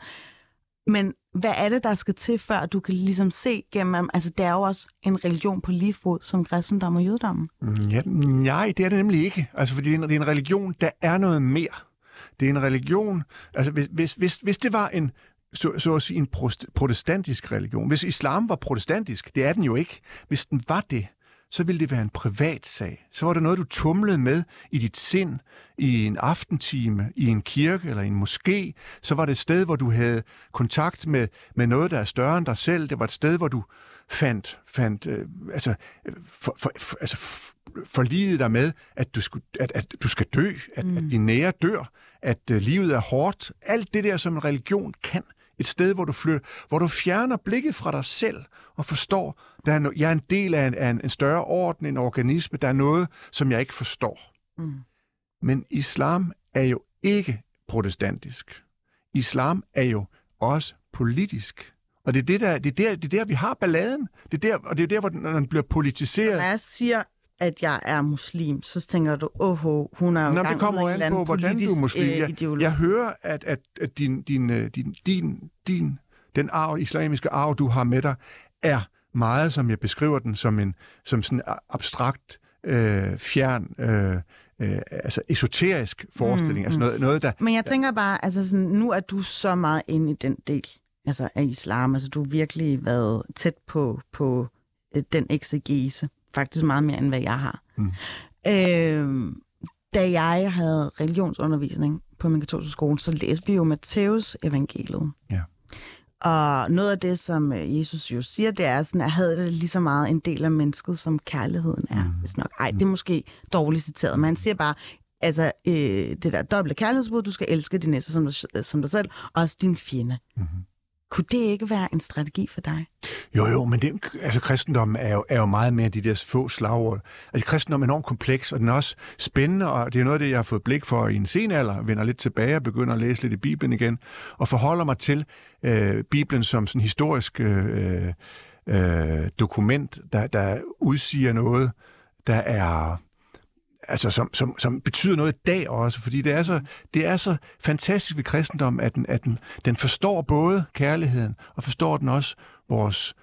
Men hvad er det, der skal til, før du kan ligesom se gennem, altså det er jo også en religion på lige fod som kristendom og jødedommen. Ja, nej, det er det nemlig ikke. Altså fordi det er en religion, der er noget mere. Det er en religion, altså hvis, hvis, hvis, hvis det var en, så, så at sige, en protestantisk religion, hvis islam var protestantisk, det er den jo ikke. Hvis den var det, så ville det være en privat sag. Så var det noget, du tumlede med i dit sind, i en aftentime, i en kirke eller i en moské. Så var det et sted, hvor du havde kontakt med, med noget, der er større end dig selv. Det var et sted, hvor du fandt, fandt øh, altså, for, for, for, altså forligede dig med, at du, skulle, at, at du skal dø, at, mm. at din nære dør, at øh, livet er hårdt. Alt det der, som en religion kan. Et sted, hvor du, flytter, hvor du fjerner blikket fra dig selv og forstår, der er no, jeg er en del af en, af en større orden, en organisme, der er noget, som jeg ikke forstår. Mm. Men islam er jo ikke protestantisk. Islam er jo også politisk. Og det er, det der, det er, der, det er der, vi har balladen. Det er der, og det er der, hvor den, når den bliver politiseret. Når jeg siger, at jeg er muslim, så tænker du, åh, hun er jo Nå, gang det kommer med en an på, hvordan du er muslim. Øh, jeg, jeg hører, at, at, at din, din, din, din, din, den arv, islamiske arv, du har med dig, er meget, som jeg beskriver den, som en som sådan abstrakt, øh, fjern, øh, øh, altså esoterisk forestilling. Mm, altså noget, noget, der... Men jeg tænker bare, altså sådan, nu er du så meget inde i den del altså af islam. Altså du har virkelig været tæt på, på øh, den eksegese. Faktisk meget mere, end hvad jeg har. Mm. Øh, da jeg havde religionsundervisning på min katolske skole, så læste vi jo Matthæus evangeliet. Ja. Og noget af det, som Jesus jo siger, det er sådan, at havde det lige så meget en del af mennesket, som kærligheden er. Mm. Hvis nok. Ej, det er måske dårligt citeret, men han siger bare, altså øh, det der dobbelte kærlighedsbud, du skal elske din næste som dig, som dig selv, også din fjende. Mm. Kunne det ikke være en strategi for dig? Jo, jo, men det, altså, kristendommen er jo, er jo meget mere de der få slagord. Altså, kristendommen er enormt kompleks, og den er også spændende, og det er noget af det, jeg har fået blik for i en sen alder, vender lidt tilbage og begynder at læse lidt i Bibelen igen, og forholder mig til øh, Bibelen som sådan historisk øh, øh, dokument, der, der udsiger noget, der er... Altså, som, som, som betyder noget i dag også, fordi det er så, det er så fantastisk ved kristendom, at, den, at den, den forstår både kærligheden, og forstår den også vores,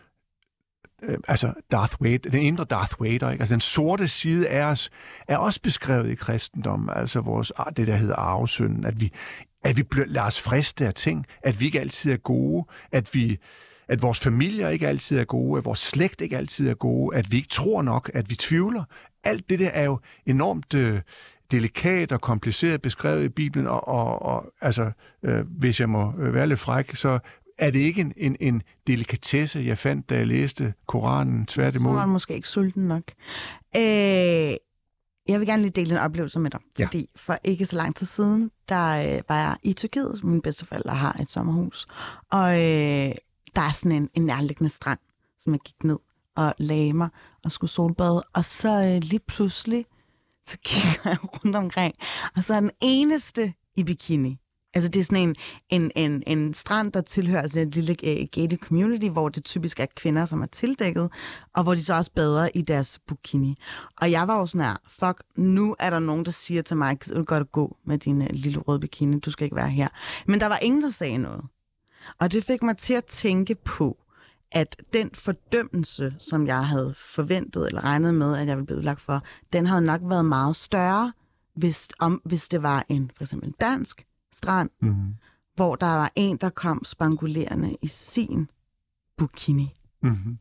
øh, altså Darth Vader, den indre Darth Vader, ikke? Altså den sorte side af os, er også beskrevet i kristendom, altså vores, det der hedder arvesynden, at vi, at vi bliver, lader os friste af ting, at vi ikke altid er gode, at vi, at vores familier ikke altid er gode, at vores slægt ikke altid er gode, at vi ikke tror nok, at vi tvivler. Alt det der er jo enormt øh, delikat og kompliceret beskrevet i Bibelen, og, og, og altså, øh, hvis jeg må være lidt fræk, så er det ikke en, en, en delikatesse, jeg fandt, da jeg læste Koranen, tværtimod. Så var man måske ikke sulten nok. Øh, jeg vil gerne lige dele en oplevelse med dig, ja. fordi for ikke så lang tid siden, der øh, var jeg i Tyrkiet. Mine bedsteforældre har et sommerhus, og øh, der er sådan en, en nærliggende strand, som jeg gik ned og lagde mig og skulle solbade, og så øh, lige pludselig, så kigger jeg rundt omkring, og så er den eneste i bikini. Altså det er sådan en, en, en, en strand, der tilhører altså et lille uh, gated community, hvor det typisk er kvinder, som er tildækket, og hvor de så også bader i deres bikini. Og jeg var jo sådan her, fuck, nu er der nogen, der siger til mig, du kan godt gå med din uh, lille røde bikini, du skal ikke være her. Men der var ingen, der sagde noget. Og det fik mig til at tænke på, at den fordømmelse, som jeg havde forventet eller regnet med, at jeg ville blive udlagt for, den havde nok været meget større, hvis, om, hvis det var en for eksempel dansk strand, mm-hmm. hvor der var en, der kom spangulerende i sin bikini. Mm-hmm.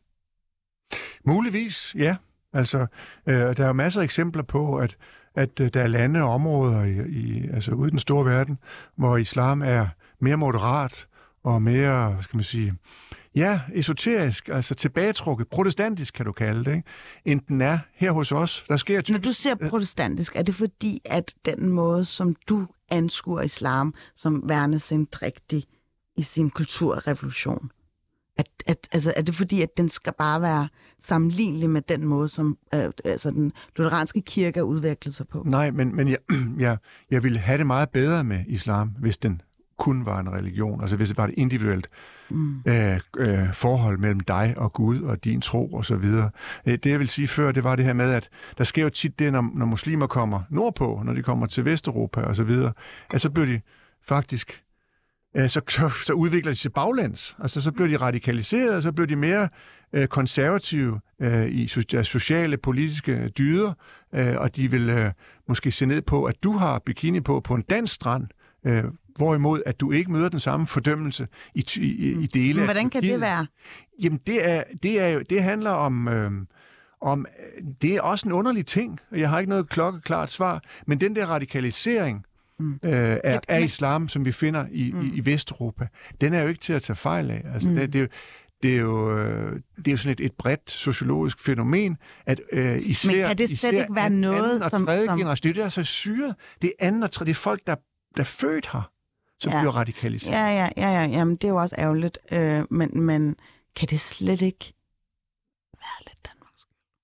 Muligvis, ja. Altså, øh, der er jo masser af eksempler på, at, at øh, der er lande og områder i, i, altså ude i den store verden, hvor islam er mere moderat og mere, hvad skal man sige, ja, esoterisk, altså tilbagetrukket, protestantisk kan du kalde det, ikke? End den er her hos os. Der sker typisk... Når du siger protestantisk, er det fordi, at den måde, som du anskuer islam som værende sendrægtig i sin kulturrevolution, at, at, altså, er det fordi, at den skal bare være sammenlignelig med den måde, som øh, altså den lutheranske kirke har udviklet sig på? Nej, men, men jeg, jeg, jeg ville have det meget bedre med islam, hvis den kun var en religion, altså hvis det var et individuelt mm. øh, øh, forhold mellem dig og Gud og din tro og så videre. Det jeg vil sige før, det var det her med, at der sker jo tit det, når, når muslimer kommer nordpå, når de kommer til Vesteuropa og så videre, at så bliver de faktisk, øh, så, så, så udvikler de sig baglæns, altså så bliver de radikaliseret, og så bliver de mere øh, konservative øh, i deres sociale, politiske dyder, øh, og de vil øh, måske se ned på, at du har bikini på på en dansk strand, øh, hvorimod, at du ikke møder den samme fordømmelse i, i, i dele. Men hvordan kan det være? Jamen, det, er, det, er jo, det handler om, øh, om... Det er også en underlig ting, og jeg har ikke noget klokkeklart svar, men den der radikalisering mm. øh, af, ja, af islam, som vi finder i, mm. i, i Vesteuropa, den er jo ikke til at tage fejl af. Altså, mm. det, det er jo... Det er, jo, det er jo sådan et, et bredt sociologisk fænomen, at øh, især, men kan det slet især ikke være anden, noget, anden og som... tredje som... generation, det er så syret. Det er anden og tredje, det er folk, der, der er født her, som ja. bliver radikaliseret. Ja, ja, ja, ja. Jamen, det er jo også ærgerligt. Øh, men, men kan det slet ikke være lidt Danmarks?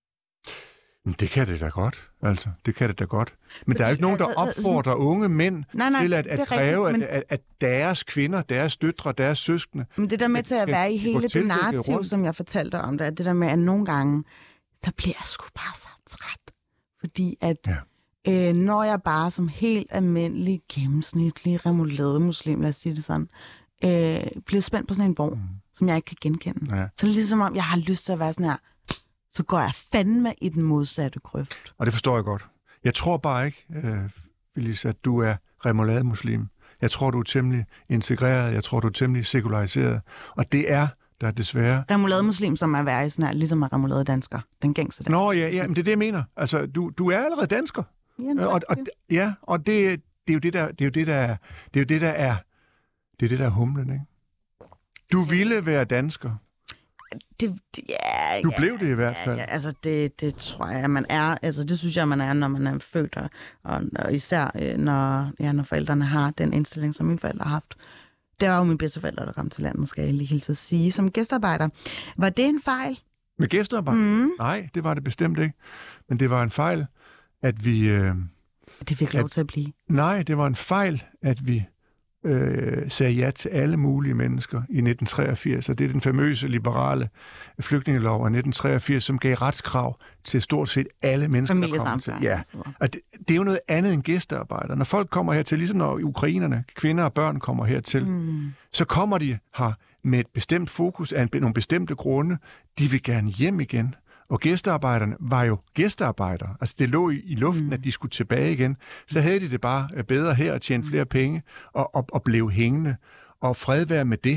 Men det kan det da godt. Altså, det kan det da godt. Men Fordi, der er jo ikke nogen, der opfordrer sådan... unge mænd nej, nej, til at, at kræve, rigtigt, men... at, at deres kvinder, deres døtre, deres søskende... Men det der med til at være i hele det narrativ, rundt. Som jeg fortalte om det, det der med, at nogle gange, der bliver jeg sgu bare så træt. Fordi at... Ja. Øh, når jeg bare som helt almindelig, gennemsnitlig, remoulade-muslim, lad os sige det sådan, øh, bliver spændt på sådan en vogn, mm. som jeg ikke kan genkende. Ja. Så det er ligesom om, jeg har lyst til at være sådan her, så går jeg fandme i den modsatte grøft. Og det forstår jeg godt. Jeg tror bare ikke, øh, Phyllis, at du er remoulade-muslim. Jeg tror, du er temmelig integreret. Jeg tror, du er temmelig sekulariseret. Og det er der desværre... Remoulade-muslim, som er værre sådan her, ligesom er remoulade-dansker. Den gængse der. Nå, ja, ja, men det er det, jeg mener. Altså, du, du er allerede dansker. Ja, og, og, ja, og det, det er jo det der, det er jo det der, det er jo det der er, det er det der er humlen, ikke? Du ville være dansker. Det, det, ja, du ja, blev det i hvert fald. Ja, ja, altså det, det tror jeg, man er. Altså det synes jeg, man er, når man er født, og, og især når, ja, når forældrene har den indstilling, som mine forældre har haft. Det var jo mine bedsteforældre, der kom til landet, skal jeg lige hilse at sige, som gæstearbejder. Var det en fejl? Med gæstearbejder? Mm. Nej, det var det bestemt ikke. Men det var en fejl, at vi... Øh, det fik lov at, til at blive? Nej, det var en fejl, at vi øh, sagde ja til alle mulige mennesker i nitten treogfirs, og det er den famøse liberale flygtningelov af nitten treogfirs, som gav retskrav til stort set alle mennesker, der kommer til. Ja. Og det, det er jo noget andet end gæstearbejder. Når folk kommer hertil, ligesom når ukrainerne, kvinder og børn kommer hertil, mm. så kommer de her med et bestemt fokus af nogle bestemte grunde. De vil gerne hjem igen. Og gæstearbejderne var jo gæstearbejdere. Altså det lå i, i luften, mm. at de skulle tilbage igen. Så havde de det bare bedre her og tjene flere penge og, og, og blev hængende. Og fred være med det.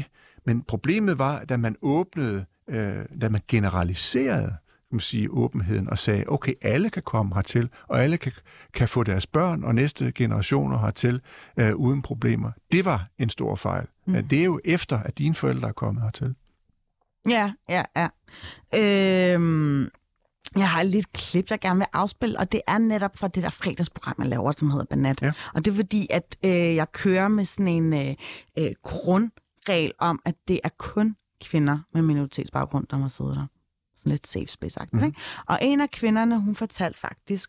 Men problemet var, da man åbnede, øh, da man generaliserede, kan man sige, åbenheden og sagde, okay, alle kan komme hertil, og alle kan, kan få deres børn og næste generationer hertil øh, uden problemer. Det var en stor fejl. Mm. Det er jo efter, at dine forældre er kommet hertil. Ja, ja, ja. Øhm, jeg har et lille klip, jeg gerne vil afspille, og det er netop fra det der fredagsprogram, jeg laver, som hedder Banat. Ja. Og det er fordi, at øh, jeg kører med sådan en øh, øh, grundregel om, at det er kun kvinder med minoritetsbaggrund, der må sidde der. Sådan lidt safe space-agtigt, mm. ikke? Og en af kvinderne, hun fortalte faktisk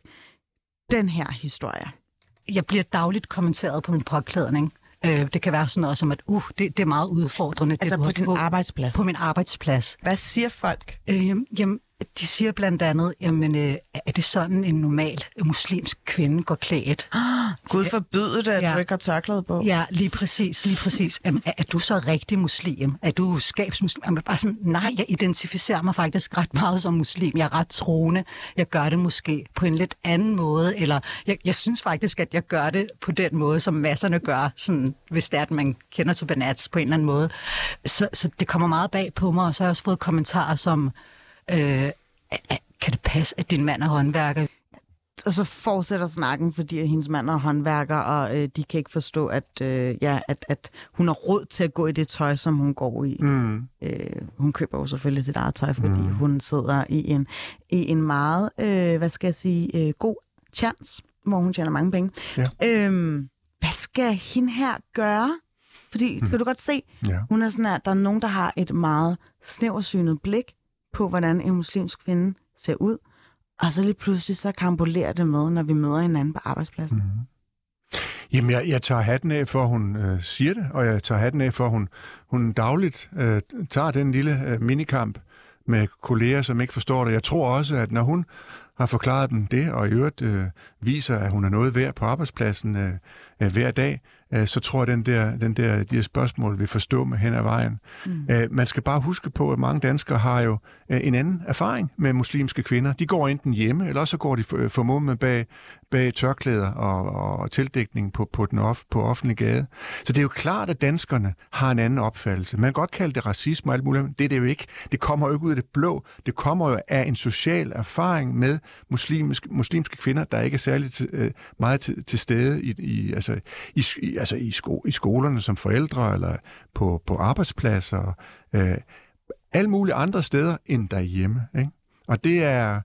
den her historie. Jeg bliver dagligt kommenteret på min påklædning. Øh, det kan være sådan noget som, at uh, det, det er meget udfordrende. Altså det, på din på, arbejdsplads? På min arbejdsplads. Hvad siger folk? Øh, jamen, de siger blandt andet, jamen, øh, er det sådan en normal muslimsk kvinde går klædt? Gud forbyde det, at ja. du ikke har tørklæde på. Ja, lige præcis, lige præcis. Jamen, er, er du så rigtig muslim? Er du skabsmuslim? Jamen, bare sådan, nej, jeg identificerer mig faktisk ret meget som muslim. Jeg er ret troende. Jeg gør det måske på en lidt anden måde, eller jeg, jeg synes faktisk, at jeg gør det på den måde, som masserne gør, sådan, hvis det er, at man kender til Banats på en eller anden måde. Så, så det kommer meget bag på mig, og så har jeg også fået kommentarer som, øh, kan det passe, at din mand er håndværker? Og så fortsætter snakken, fordi hendes mand er håndværker, og øh, de kan ikke forstå, at, øh, ja, at, at hun har råd til at gå i det tøj, som hun går i. Mm. Øh, hun køber jo selvfølgelig sit eget tøj, fordi mm. hun sidder i en, i en meget, øh, hvad skal jeg sige, øh, god chance, hvor hun tjener mange penge. Ja. Øh, hvad skal hende her gøre? Fordi, mm. kan du godt se, ja. Hun er sådan, at der er nogen, der har et meget snæversynet blik på, hvordan en muslimsk kvinde ser ud. Og så lige pludselig, så kambulerer det med, når vi møder hinanden på arbejdspladsen. Mm. Jamen, jeg, jeg tager hatten af, for hun øh, siger det, og jeg tager hatten af, for hun, hun dagligt øh, tager den lille øh, minikamp med kolleger, som ikke forstår det. Jeg tror også, at når hun har forklaret dem det, og i øvrigt øh, viser, at hun er noget værd på arbejdspladsen øh, øh, hver dag, øh, så tror jeg, at den der, den der, de her spørgsmål vil forstå med hen ad vejen. Mm. Øh, man skal bare huske på, at mange danskere har jo øh, en anden erfaring med muslimske kvinder. De går enten hjemme, eller så går de for, formummet bag, bag tørklæder og, og tildækning på, på den off, på offentlig gade. Så det er jo klart, at danskerne har en anden opfattelse. Man kan godt kalde det racisme og alt muligt, det er det jo ikke. Det kommer jo ikke ud af det blå. Det kommer jo af en social erfaring med muslimske, muslimske kvinder, der ikke er særlig til, øh, meget til, til stede i, i, altså, i, altså i, sko, i skolerne som forældre, eller på, på arbejdspladser, øh, alle mulige andre steder end derhjemme. Ikke? Og det er,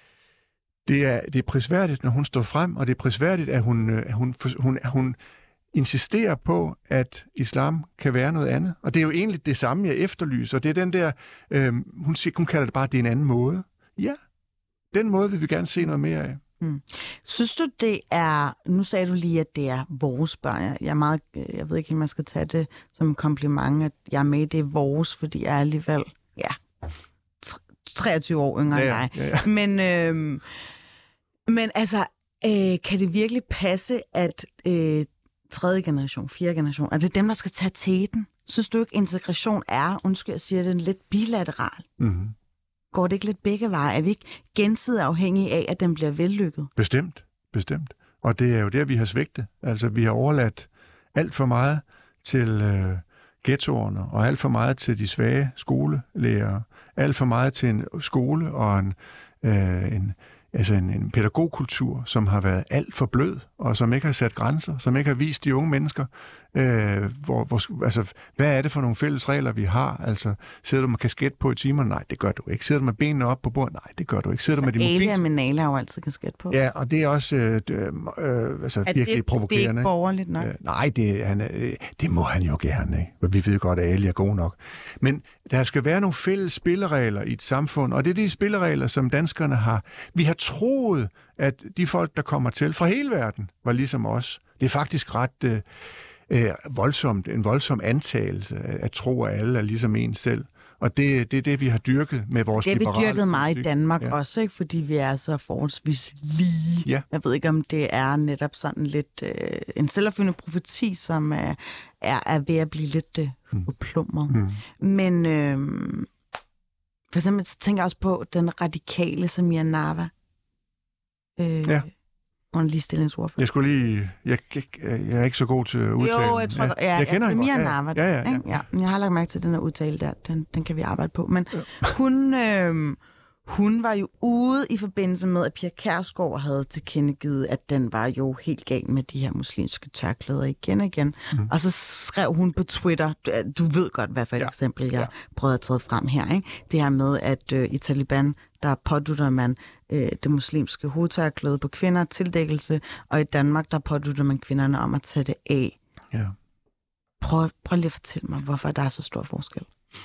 det, er, det er prisværdigt, når hun står frem, og det er prisværdigt, at hun, at hun, hun, hun insisterer på, at islam kan være noget andet. Og det er jo egentlig det samme, jeg efterlyser. Det er den der, øh, hun, siger, hun kalder det bare, at det er en anden måde. Ja, den måde vil vi gerne se noget mere af. Hmm. Synes du, det er... Nu sagde du lige, at det er vores børn. Jeg, er meget, jeg ved ikke, om man skal tage det som en kompliment, at jeg er med i det er vores, fordi jeg er alligevel ja, treogtyve år yngre ja, end dig. Ja, ja. Men, øhm, men altså, øh, kan det virkelig passe, at øh, tredje generation, fjerde generation, er det dem, der skal tage teten? Synes du ikke, integration er, undskyld, jeg siger det, lidt bilateral? Mm-hmm. Går det ikke lidt begge veje? Er vi ikke gensidigt afhængige af, at den bliver vellykket? Bestemt, bestemt. Og det er jo der, vi har svigtet. Altså, vi har overladt alt for meget til øh, ghettoerne, og alt for meget til de svage skolelærere, alt for meget til en skole og en, øh, en, altså en, en pædagogkultur, som har været alt for blød, og som ikke har sat grænser, som ikke har vist de unge mennesker, øh, hvor, hvor, altså, hvad er det for nogle fælles regler, vi har? Altså, sidder du med kasket på i timerne? Nej, det gør du ikke. Sidder du med benene op på bordet? Nej, det gør du ikke. Sidder altså, du med din mobil? Alia med Nala har jo altid kasket på. Ja, og det er også øh, øh, altså, er virkelig det, provokerende. Det er ikke borgerligt nok? Øh, nej, det, han, øh, det må han jo gerne, ikke? Vi ved godt, at Ali er god nok. Men der skal være nogle fælles spilleregler i et samfund, og det er de spilleregler, som danskerne har. Vi har troet, at de folk, der kommer til fra hele verden, var ligesom os. Det er faktisk ret øh, øh, voldsomt, en voldsom antagelse at, at tro, at alle er ligesom en selv. Og det, det er det, vi har dyrket med vores liberale... Det har vi dyrket meget politik. I Danmark ja. også, ikke? Fordi vi er så forholdsvis lige. Ja. Jeg ved ikke, om det er netop sådan lidt øh, en selvopfyldende profeti, som er, er, er ved at blive lidt øh, forplumret. Mm. Men øh, for eksempel tænker jeg også på den radikale Samir Nawa. Øh, ja. Hun er ligestillingsordfører. Jeg skulle lige... Jeg, jeg, jeg er ikke så god til at udtale. Jo, jeg tror... Ja, ja, jeg kender hende. Ja, Ja, ja, ja, ja. ja. Jeg har lagt mærke til den her udtale der. Den, den kan vi arbejde på. Men ja. hun... Øh, Hun var jo ude i forbindelse med, at Pia Kjærsgaard havde tilkendegivet, at den var jo helt gal med de her muslimske tørklæder igen og igen. Mm. Og så skrev hun på Twitter, du ved godt, hvad for et ja. eksempel, jeg ja. prøvede at træde frem her. Ikke? Det her med, at øh, i Taliban, der pådutter man øh, det muslimske hovedtørklæde på kvinder, tildækkelse, og i Danmark, der pådutter man kvinderne om at tage det af. Ja. Prøv, prøv lige at fortælle mig, hvorfor der er så stor forskel.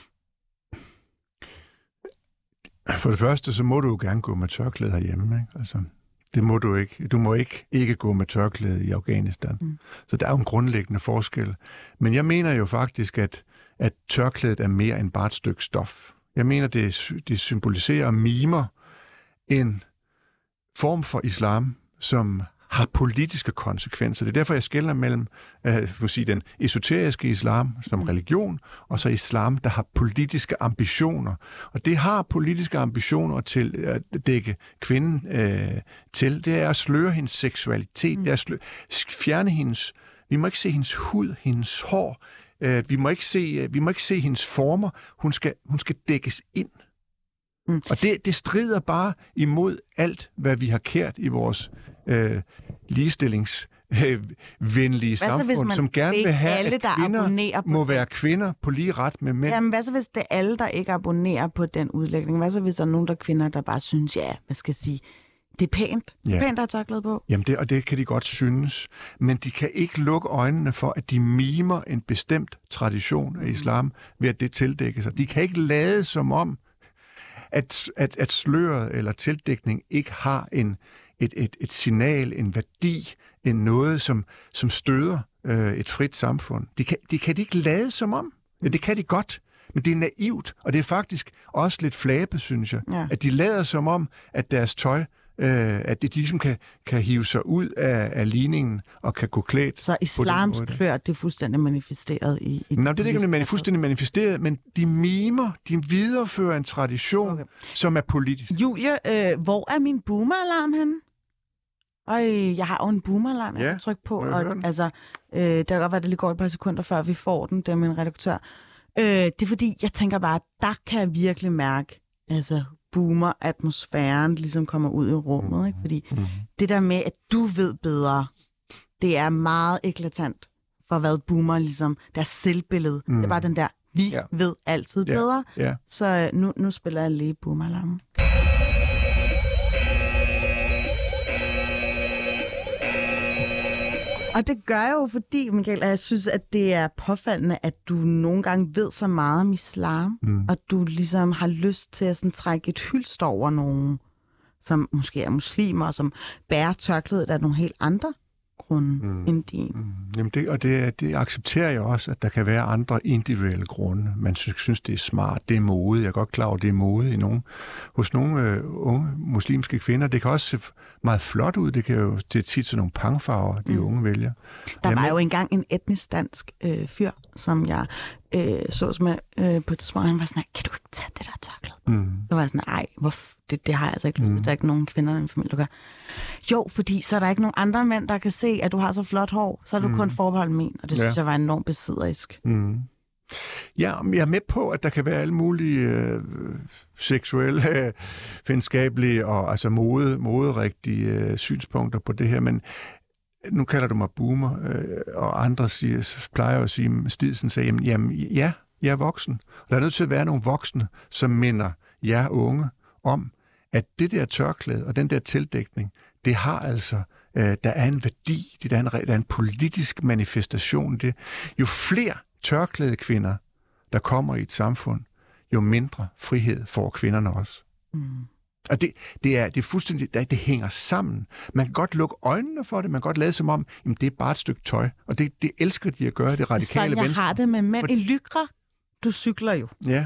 For det første, så må du jo gerne gå med tørklæde herhjemme. Ikke? Altså, det må du ikke. Du må ikke ikke gå med tørklæde i Afghanistan. Mm. Så der er jo en grundlæggende forskel. Men jeg mener jo faktisk, at, at tørklædet er mere end bare et stykke stof. Jeg mener, det, det symboliserer og mimer en form for islam, som har politiske konsekvenser. Det er derfor, jeg skelner mellem uh, sige, den esoteriske islam som religion, og så islam, der har politiske ambitioner. Og det har politiske ambitioner til at dække kvinden uh, til. Det er at sløre hendes seksualitet. Mm. Det er at sløre, fjerne hendes... Vi må ikke se hendes hud, hendes hår. Uh, vi, må ikke se, uh, vi må ikke se hendes former. Hun skal, hun skal dækkes ind. Mm. Og det, det strider bare imod alt, hvad vi har kært i vores øh, ligestillingsvenlige øh, samfund, som gerne vil have, alle, at kvinder må være kvinder på lige ret med mænd. Jamen, hvad så hvis det er alle, der ikke abonnerer på den udlægning? Hvad så hvis der er nogle der kvinder, der bare synes, ja, hvad skal jeg sige, det er pænt. Ja. Pænt, der er tørklæde på. Jamen, det, og det kan de godt synes. Men de kan ikke lukke øjnene for, at de mimer en bestemt tradition af islam, ved at det tildækker sig. De kan ikke lade som om, At, at, at sløret eller tildækning ikke har en, et, et, et signal, en værdi, en noget, som, som støder øh, et frit samfund. De kan, de kan de ikke lade som om. Ja, det kan de godt, men det er naivt, og det er faktisk også lidt flabe, synes jeg, ja. At de lader som om, at deres tøj, øh, at de ligesom kan, kan hive sig ud af, af ligningen og kan gå klædt. Så islams klør, det er fuldstændig manifesteret i... i Nej, det er ikke man er fuldstændig manifesteret, men de mimer, de viderefører en tradition, okay. som er politisk. Julie, øh, hvor er min boomeralarm henne? Øj, jeg har jo en boomeralarm, jeg ja, kan trykke på. Og, altså, øh, det kan godt være, det lige går et par sekunder, før vi får den, det er min redaktør. Øh, det er fordi, jeg tænker bare, der kan jeg virkelig mærke, altså... boomer-atmosfæren ligesom kommer ud i rummet, ikke? Fordi mm. det der med, at du ved bedre, det er meget eklatant for hvad boomer ligesom, deres selvbillede. Mm. Det er bare den der, vi ja. ved altid yeah. bedre. Yeah. Så nu, nu spiller jeg lige boomer-alarmen. Og det gør jeg jo, fordi, Michael, at jeg synes, at det er påfaldende, at du nogle gange ved så meget om islam, mm. og du ligesom har lyst til at sådan trække et hylst over nogen, som måske er muslimer, og som bærer tørklædet af nogle helt andre grunde mm. end din. Mm. Jamen det, og det, det accepterer jeg også, at der kan være andre individuelle grunde. Man synes, det er smart, det er mode. Jeg er godt klar over, det er mode i nogen, hos nogle øh, unge muslimske kvinder. Det kan også se meget flot ud. Det kan jo det er tit sådan nogle pangfarver, de mm. unge vælger. Der Jamen, var jo engang en etnisk dansk øh, fyr, som jeg øh, så med øh, på et tidspunkt. Han var sådan, kan du ikke tage det der tørklæde? Mm. Så var jeg sådan, ej, det, det har jeg altså ikke lyst til. Mm. Der er ikke nogen kvinder i min familie, der gør. Jo, fordi så er der ikke nogen andre mænd, der kan se, at du har så flot hår. Så er du mm. kun forbeholdt min, og det synes ja. jeg var enormt besidderisk. Mm. Ja, jeg er med på, at der kan være alle mulige øh, seksuelle, øh, venskabelige og altså mode, moderigtige øh, synspunkter på det her, men nu kalder du mig boomer, øh, og andre siger, plejer at sige, Stidsen sagde, jamen ja, jeg er voksen. Der er nødt til at være nogle voksne, som minder jer unge om, at det der tørklæde og den der tildækning, det har altså, øh, der er en værdi, der er en, der er en politisk manifestation. Det. Jo flere tørklæde kvinder, der kommer i et samfund, jo mindre frihed får kvinderne også. Mm. Og det, det, er, det er fuldstændig, det, det hænger sammen. Man kan godt lukke øjnene for det, man kan godt lade som om, jamen, det er bare et stykke tøj. Og det, det elsker de at gøre, det radikale venstre. Så jeg venstre. har det med mænd i lycra. Du cykler jo. Ja.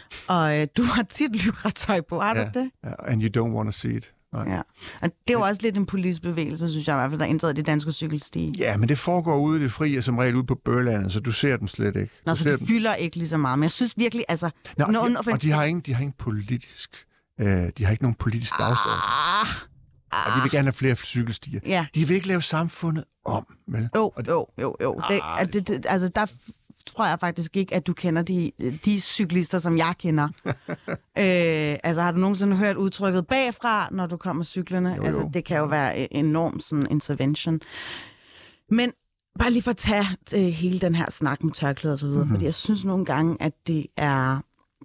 Og øh, du har tit lycra-tøj på, har ja. du det? Ja, and you don't want to see it. Nej. Ja. Og det er jo også lidt en politisk bevægelse, synes jeg i hvert fald, der er indtaget det danske cykelstige. Ja, men det foregår ude i det frie, som regel ude på Børlandet, så du ser dem slet ikke. Nå, du så det den. fylder ikke lige så meget, men jeg synes virkelig, altså... Nå, Nå, ja, og de har ingen, de har ingen politisk... Øh, de har ikke nogen politisk dagsorden. Ah, og de vil gerne have flere cykelstier. Ja. De vil ikke lave samfundet om, vel? Jo, Og det- jo, jo, jo. Det, Ah, det, det, altså, der f- tror jeg faktisk ikke, at du kender de, de cyklister, som jeg kender. øh, altså, har du nogensinde hørt udtrykket bagfra, når du kommer cyklerne? Jo, jo. Altså, det kan jo være enorm sådan intervention. Men bare lige for at tage øh, hele den her snak med tørklæder og så videre, mm-hmm. fordi jeg synes nogle gange, at det er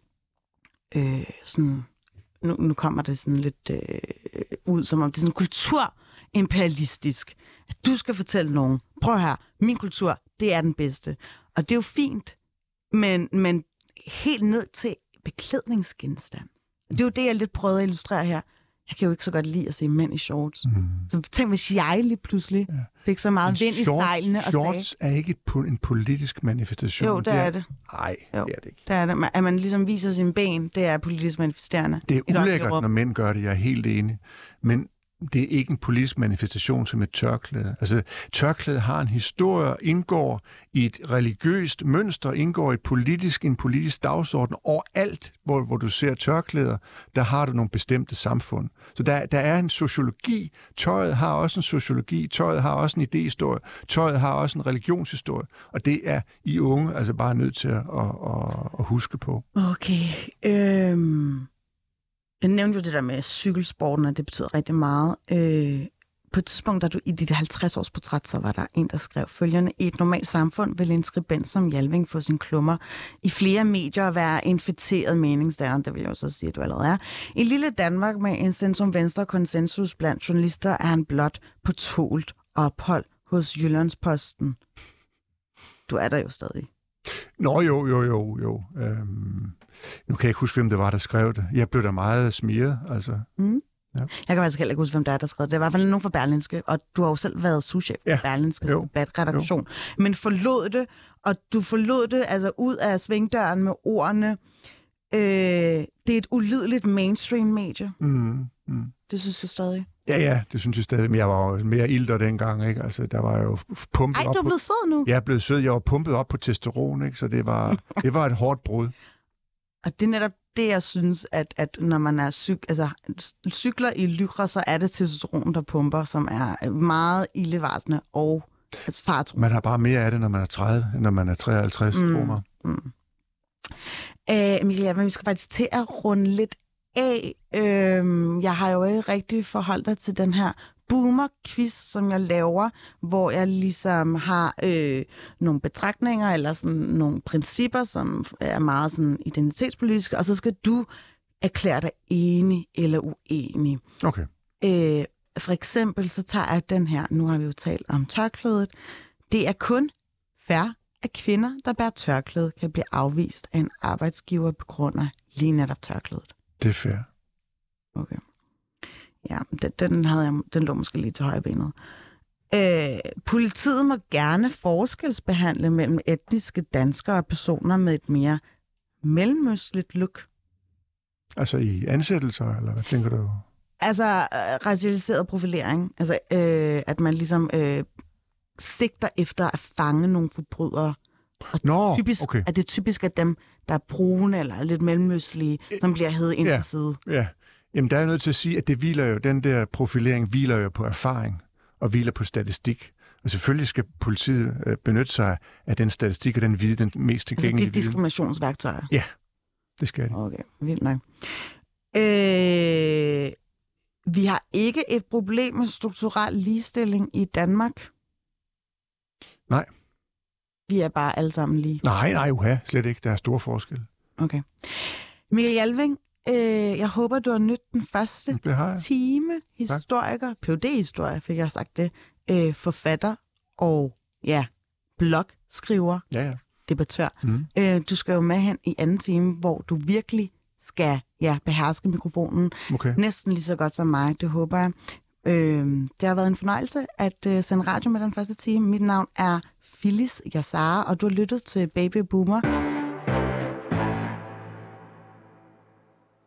øh, sådan... Nu, nu kommer det sådan lidt øh, ud, som om det er sådan kulturimperialistisk. At du skal fortælle nogen, prøv her, min kultur, det er den bedste. Og det er jo fint, men, men helt ned til beklædningsgenstand. Det er jo det, jeg lidt prøvede at illustrere her. Jeg kan jo ikke så godt lide at se mænd i shorts. Mm. Så tænk, hvis jeg lige pludselig ja. fik så meget vind i sejlene. Og shorts sagde, er ikke et, en politisk manifestation. Jo, det er det. Nej, Jo, det er det ikke. det er det. At man ligesom viser sine ben, det er politisk manifesterende. Det er Et ulækkert, offentligt rum. når mænd gør det, jeg er helt enig. Men det er ikke en politisk manifestation som et tørklæde. Altså, tørklæde har en historie, indgår i et religiøst mønster, indgår i et politisk, en politisk dagsorden. Overalt, hvor, hvor du ser tørklæder, der har du nogle bestemte samfund. Så der, der er en sociologi. Tøjet har også en sociologi. Tøjet har også en idéhistorie. Tøjet har også en religionshistorie. Og det er I unge altså bare nødt til at, at, at, at huske på. Okay. Øhm... Jeg nævnte jo det der med cykelsporten, og det betyder rigtig meget. Øh, på et tidspunkt, da du i dit halvtreds-års portræt, så var der en, der skrev følgende: i et normalt samfund vil en skribent som Jalving få sin klummer i flere medier og være infekteret meningsdannere. Det vil jeg jo så sige, at du allerede er. I lille Danmark med en centrum-venstre konsensus blandt journalister er han blot på tålt ophold hos Jyllandsposten. Du er der jo stadig. Nå jo, jo, jo, jo. Øhm, nu kan jeg ikke huske, hvem det var, der skrev det. Jeg blev da meget smiret, altså. Mm. Ja. Jeg kan faktisk heller ikke huske, hvem der er, der skrev det. Det er i hvert fald nogen fra Berlingske, og du har jo selv været souschef for Ja. Berlingskes Jo. debatredaktion. Men forlod det, og du forlod det altså ud af svingdøren med ordene. Øh, det er et ulydeligt mainstream-medie. Mm, mm. Det synes jeg stadig. Ja, ja, det synes jeg stadig. Men jeg var jo mere ilter dengang, ikke? Altså, der var jo pumpet Ej, op du er på... blevet sød nu. Jeg er blevet sød. Jeg var pumpet op på testosteron, ikke? Så det var, det var et hårdt brud. Og det er netop det, jeg synes, at, at når man er cyk, altså, cykler i lygra, så er det testosteron, der pumper, som er meget ildevarsende og altså, fartro. Man har bare mere af det, når man er tredive, end når man er treoghalvtreds, mm. tror mig. Mm. Øh, Michael, men vi skal faktisk til at runde lidt af. Øh, jeg har jo ikke rigtig forholdt dig til den her boomer-quiz, som jeg laver, hvor jeg ligesom har øh, nogle betragtninger eller sådan nogle principper, som er meget sådan identitetspolitiske, og så skal du erklære dig enig eller uenig. Okay. Øh, for eksempel så tager jeg den her, nu har vi jo talt om tørklædet. Det er kun fair, at kvinder, der bærer tørklæde, kan blive afvist af en arbejdsgiver på grund af lige netop tørklædet. Det er fair. Okay. Ja, den, den, havde jeg, den lå måske lige til højre benet. Øh, politiet må gerne forskelsbehandle mellem etniske danskere og personer med et mere mellemøstligt look. Altså i ansættelser, eller hvad tænker du? Altså øh, racialiseret profilering. Altså øh, at man ligesom øh, sigter efter at fange nogle forbrydere. Og Nå, typisk, okay. at det er typisk at dem, der er brune eller er lidt mellemøstlige, som bliver hævet ind Ja. til side. Ja. Jamen, der er jeg nødt til at sige, at det hviler jo, den der profilering hviler jo på erfaring og hviler på statistik. Og selvfølgelig skal politiet øh, benytte sig af den statistik og den vide, den mest Altså det tilgængelige er viden. diskriminationsværktøjer. Ja, det skal det. Okay, vildt nok. Øh, vi har ikke et problem med strukturel ligestilling i Danmark. Nej. Vi er bare alle sammen lige. Nej, nej, uha, slet ikke. Der er store forskelle. Okay. Michael Jalving, øh, jeg håber, du har nydt den første Det har jeg. time. Historiker, P H D-historie, fik jeg sagt det. Øh, forfatter og ja, blogskriver, Ja, ja. debattør. Mm. Øh, du skal jo med hen i anden time, hvor du virkelig skal ja, beherske mikrofonen. Okay. Næsten lige så godt som mig, det håber jeg. Øh, det har været en fornøjelse at øh, sende radio med den første time. Mit navn er Phyllis Yassar, og du har lyttet til Baby Boomer.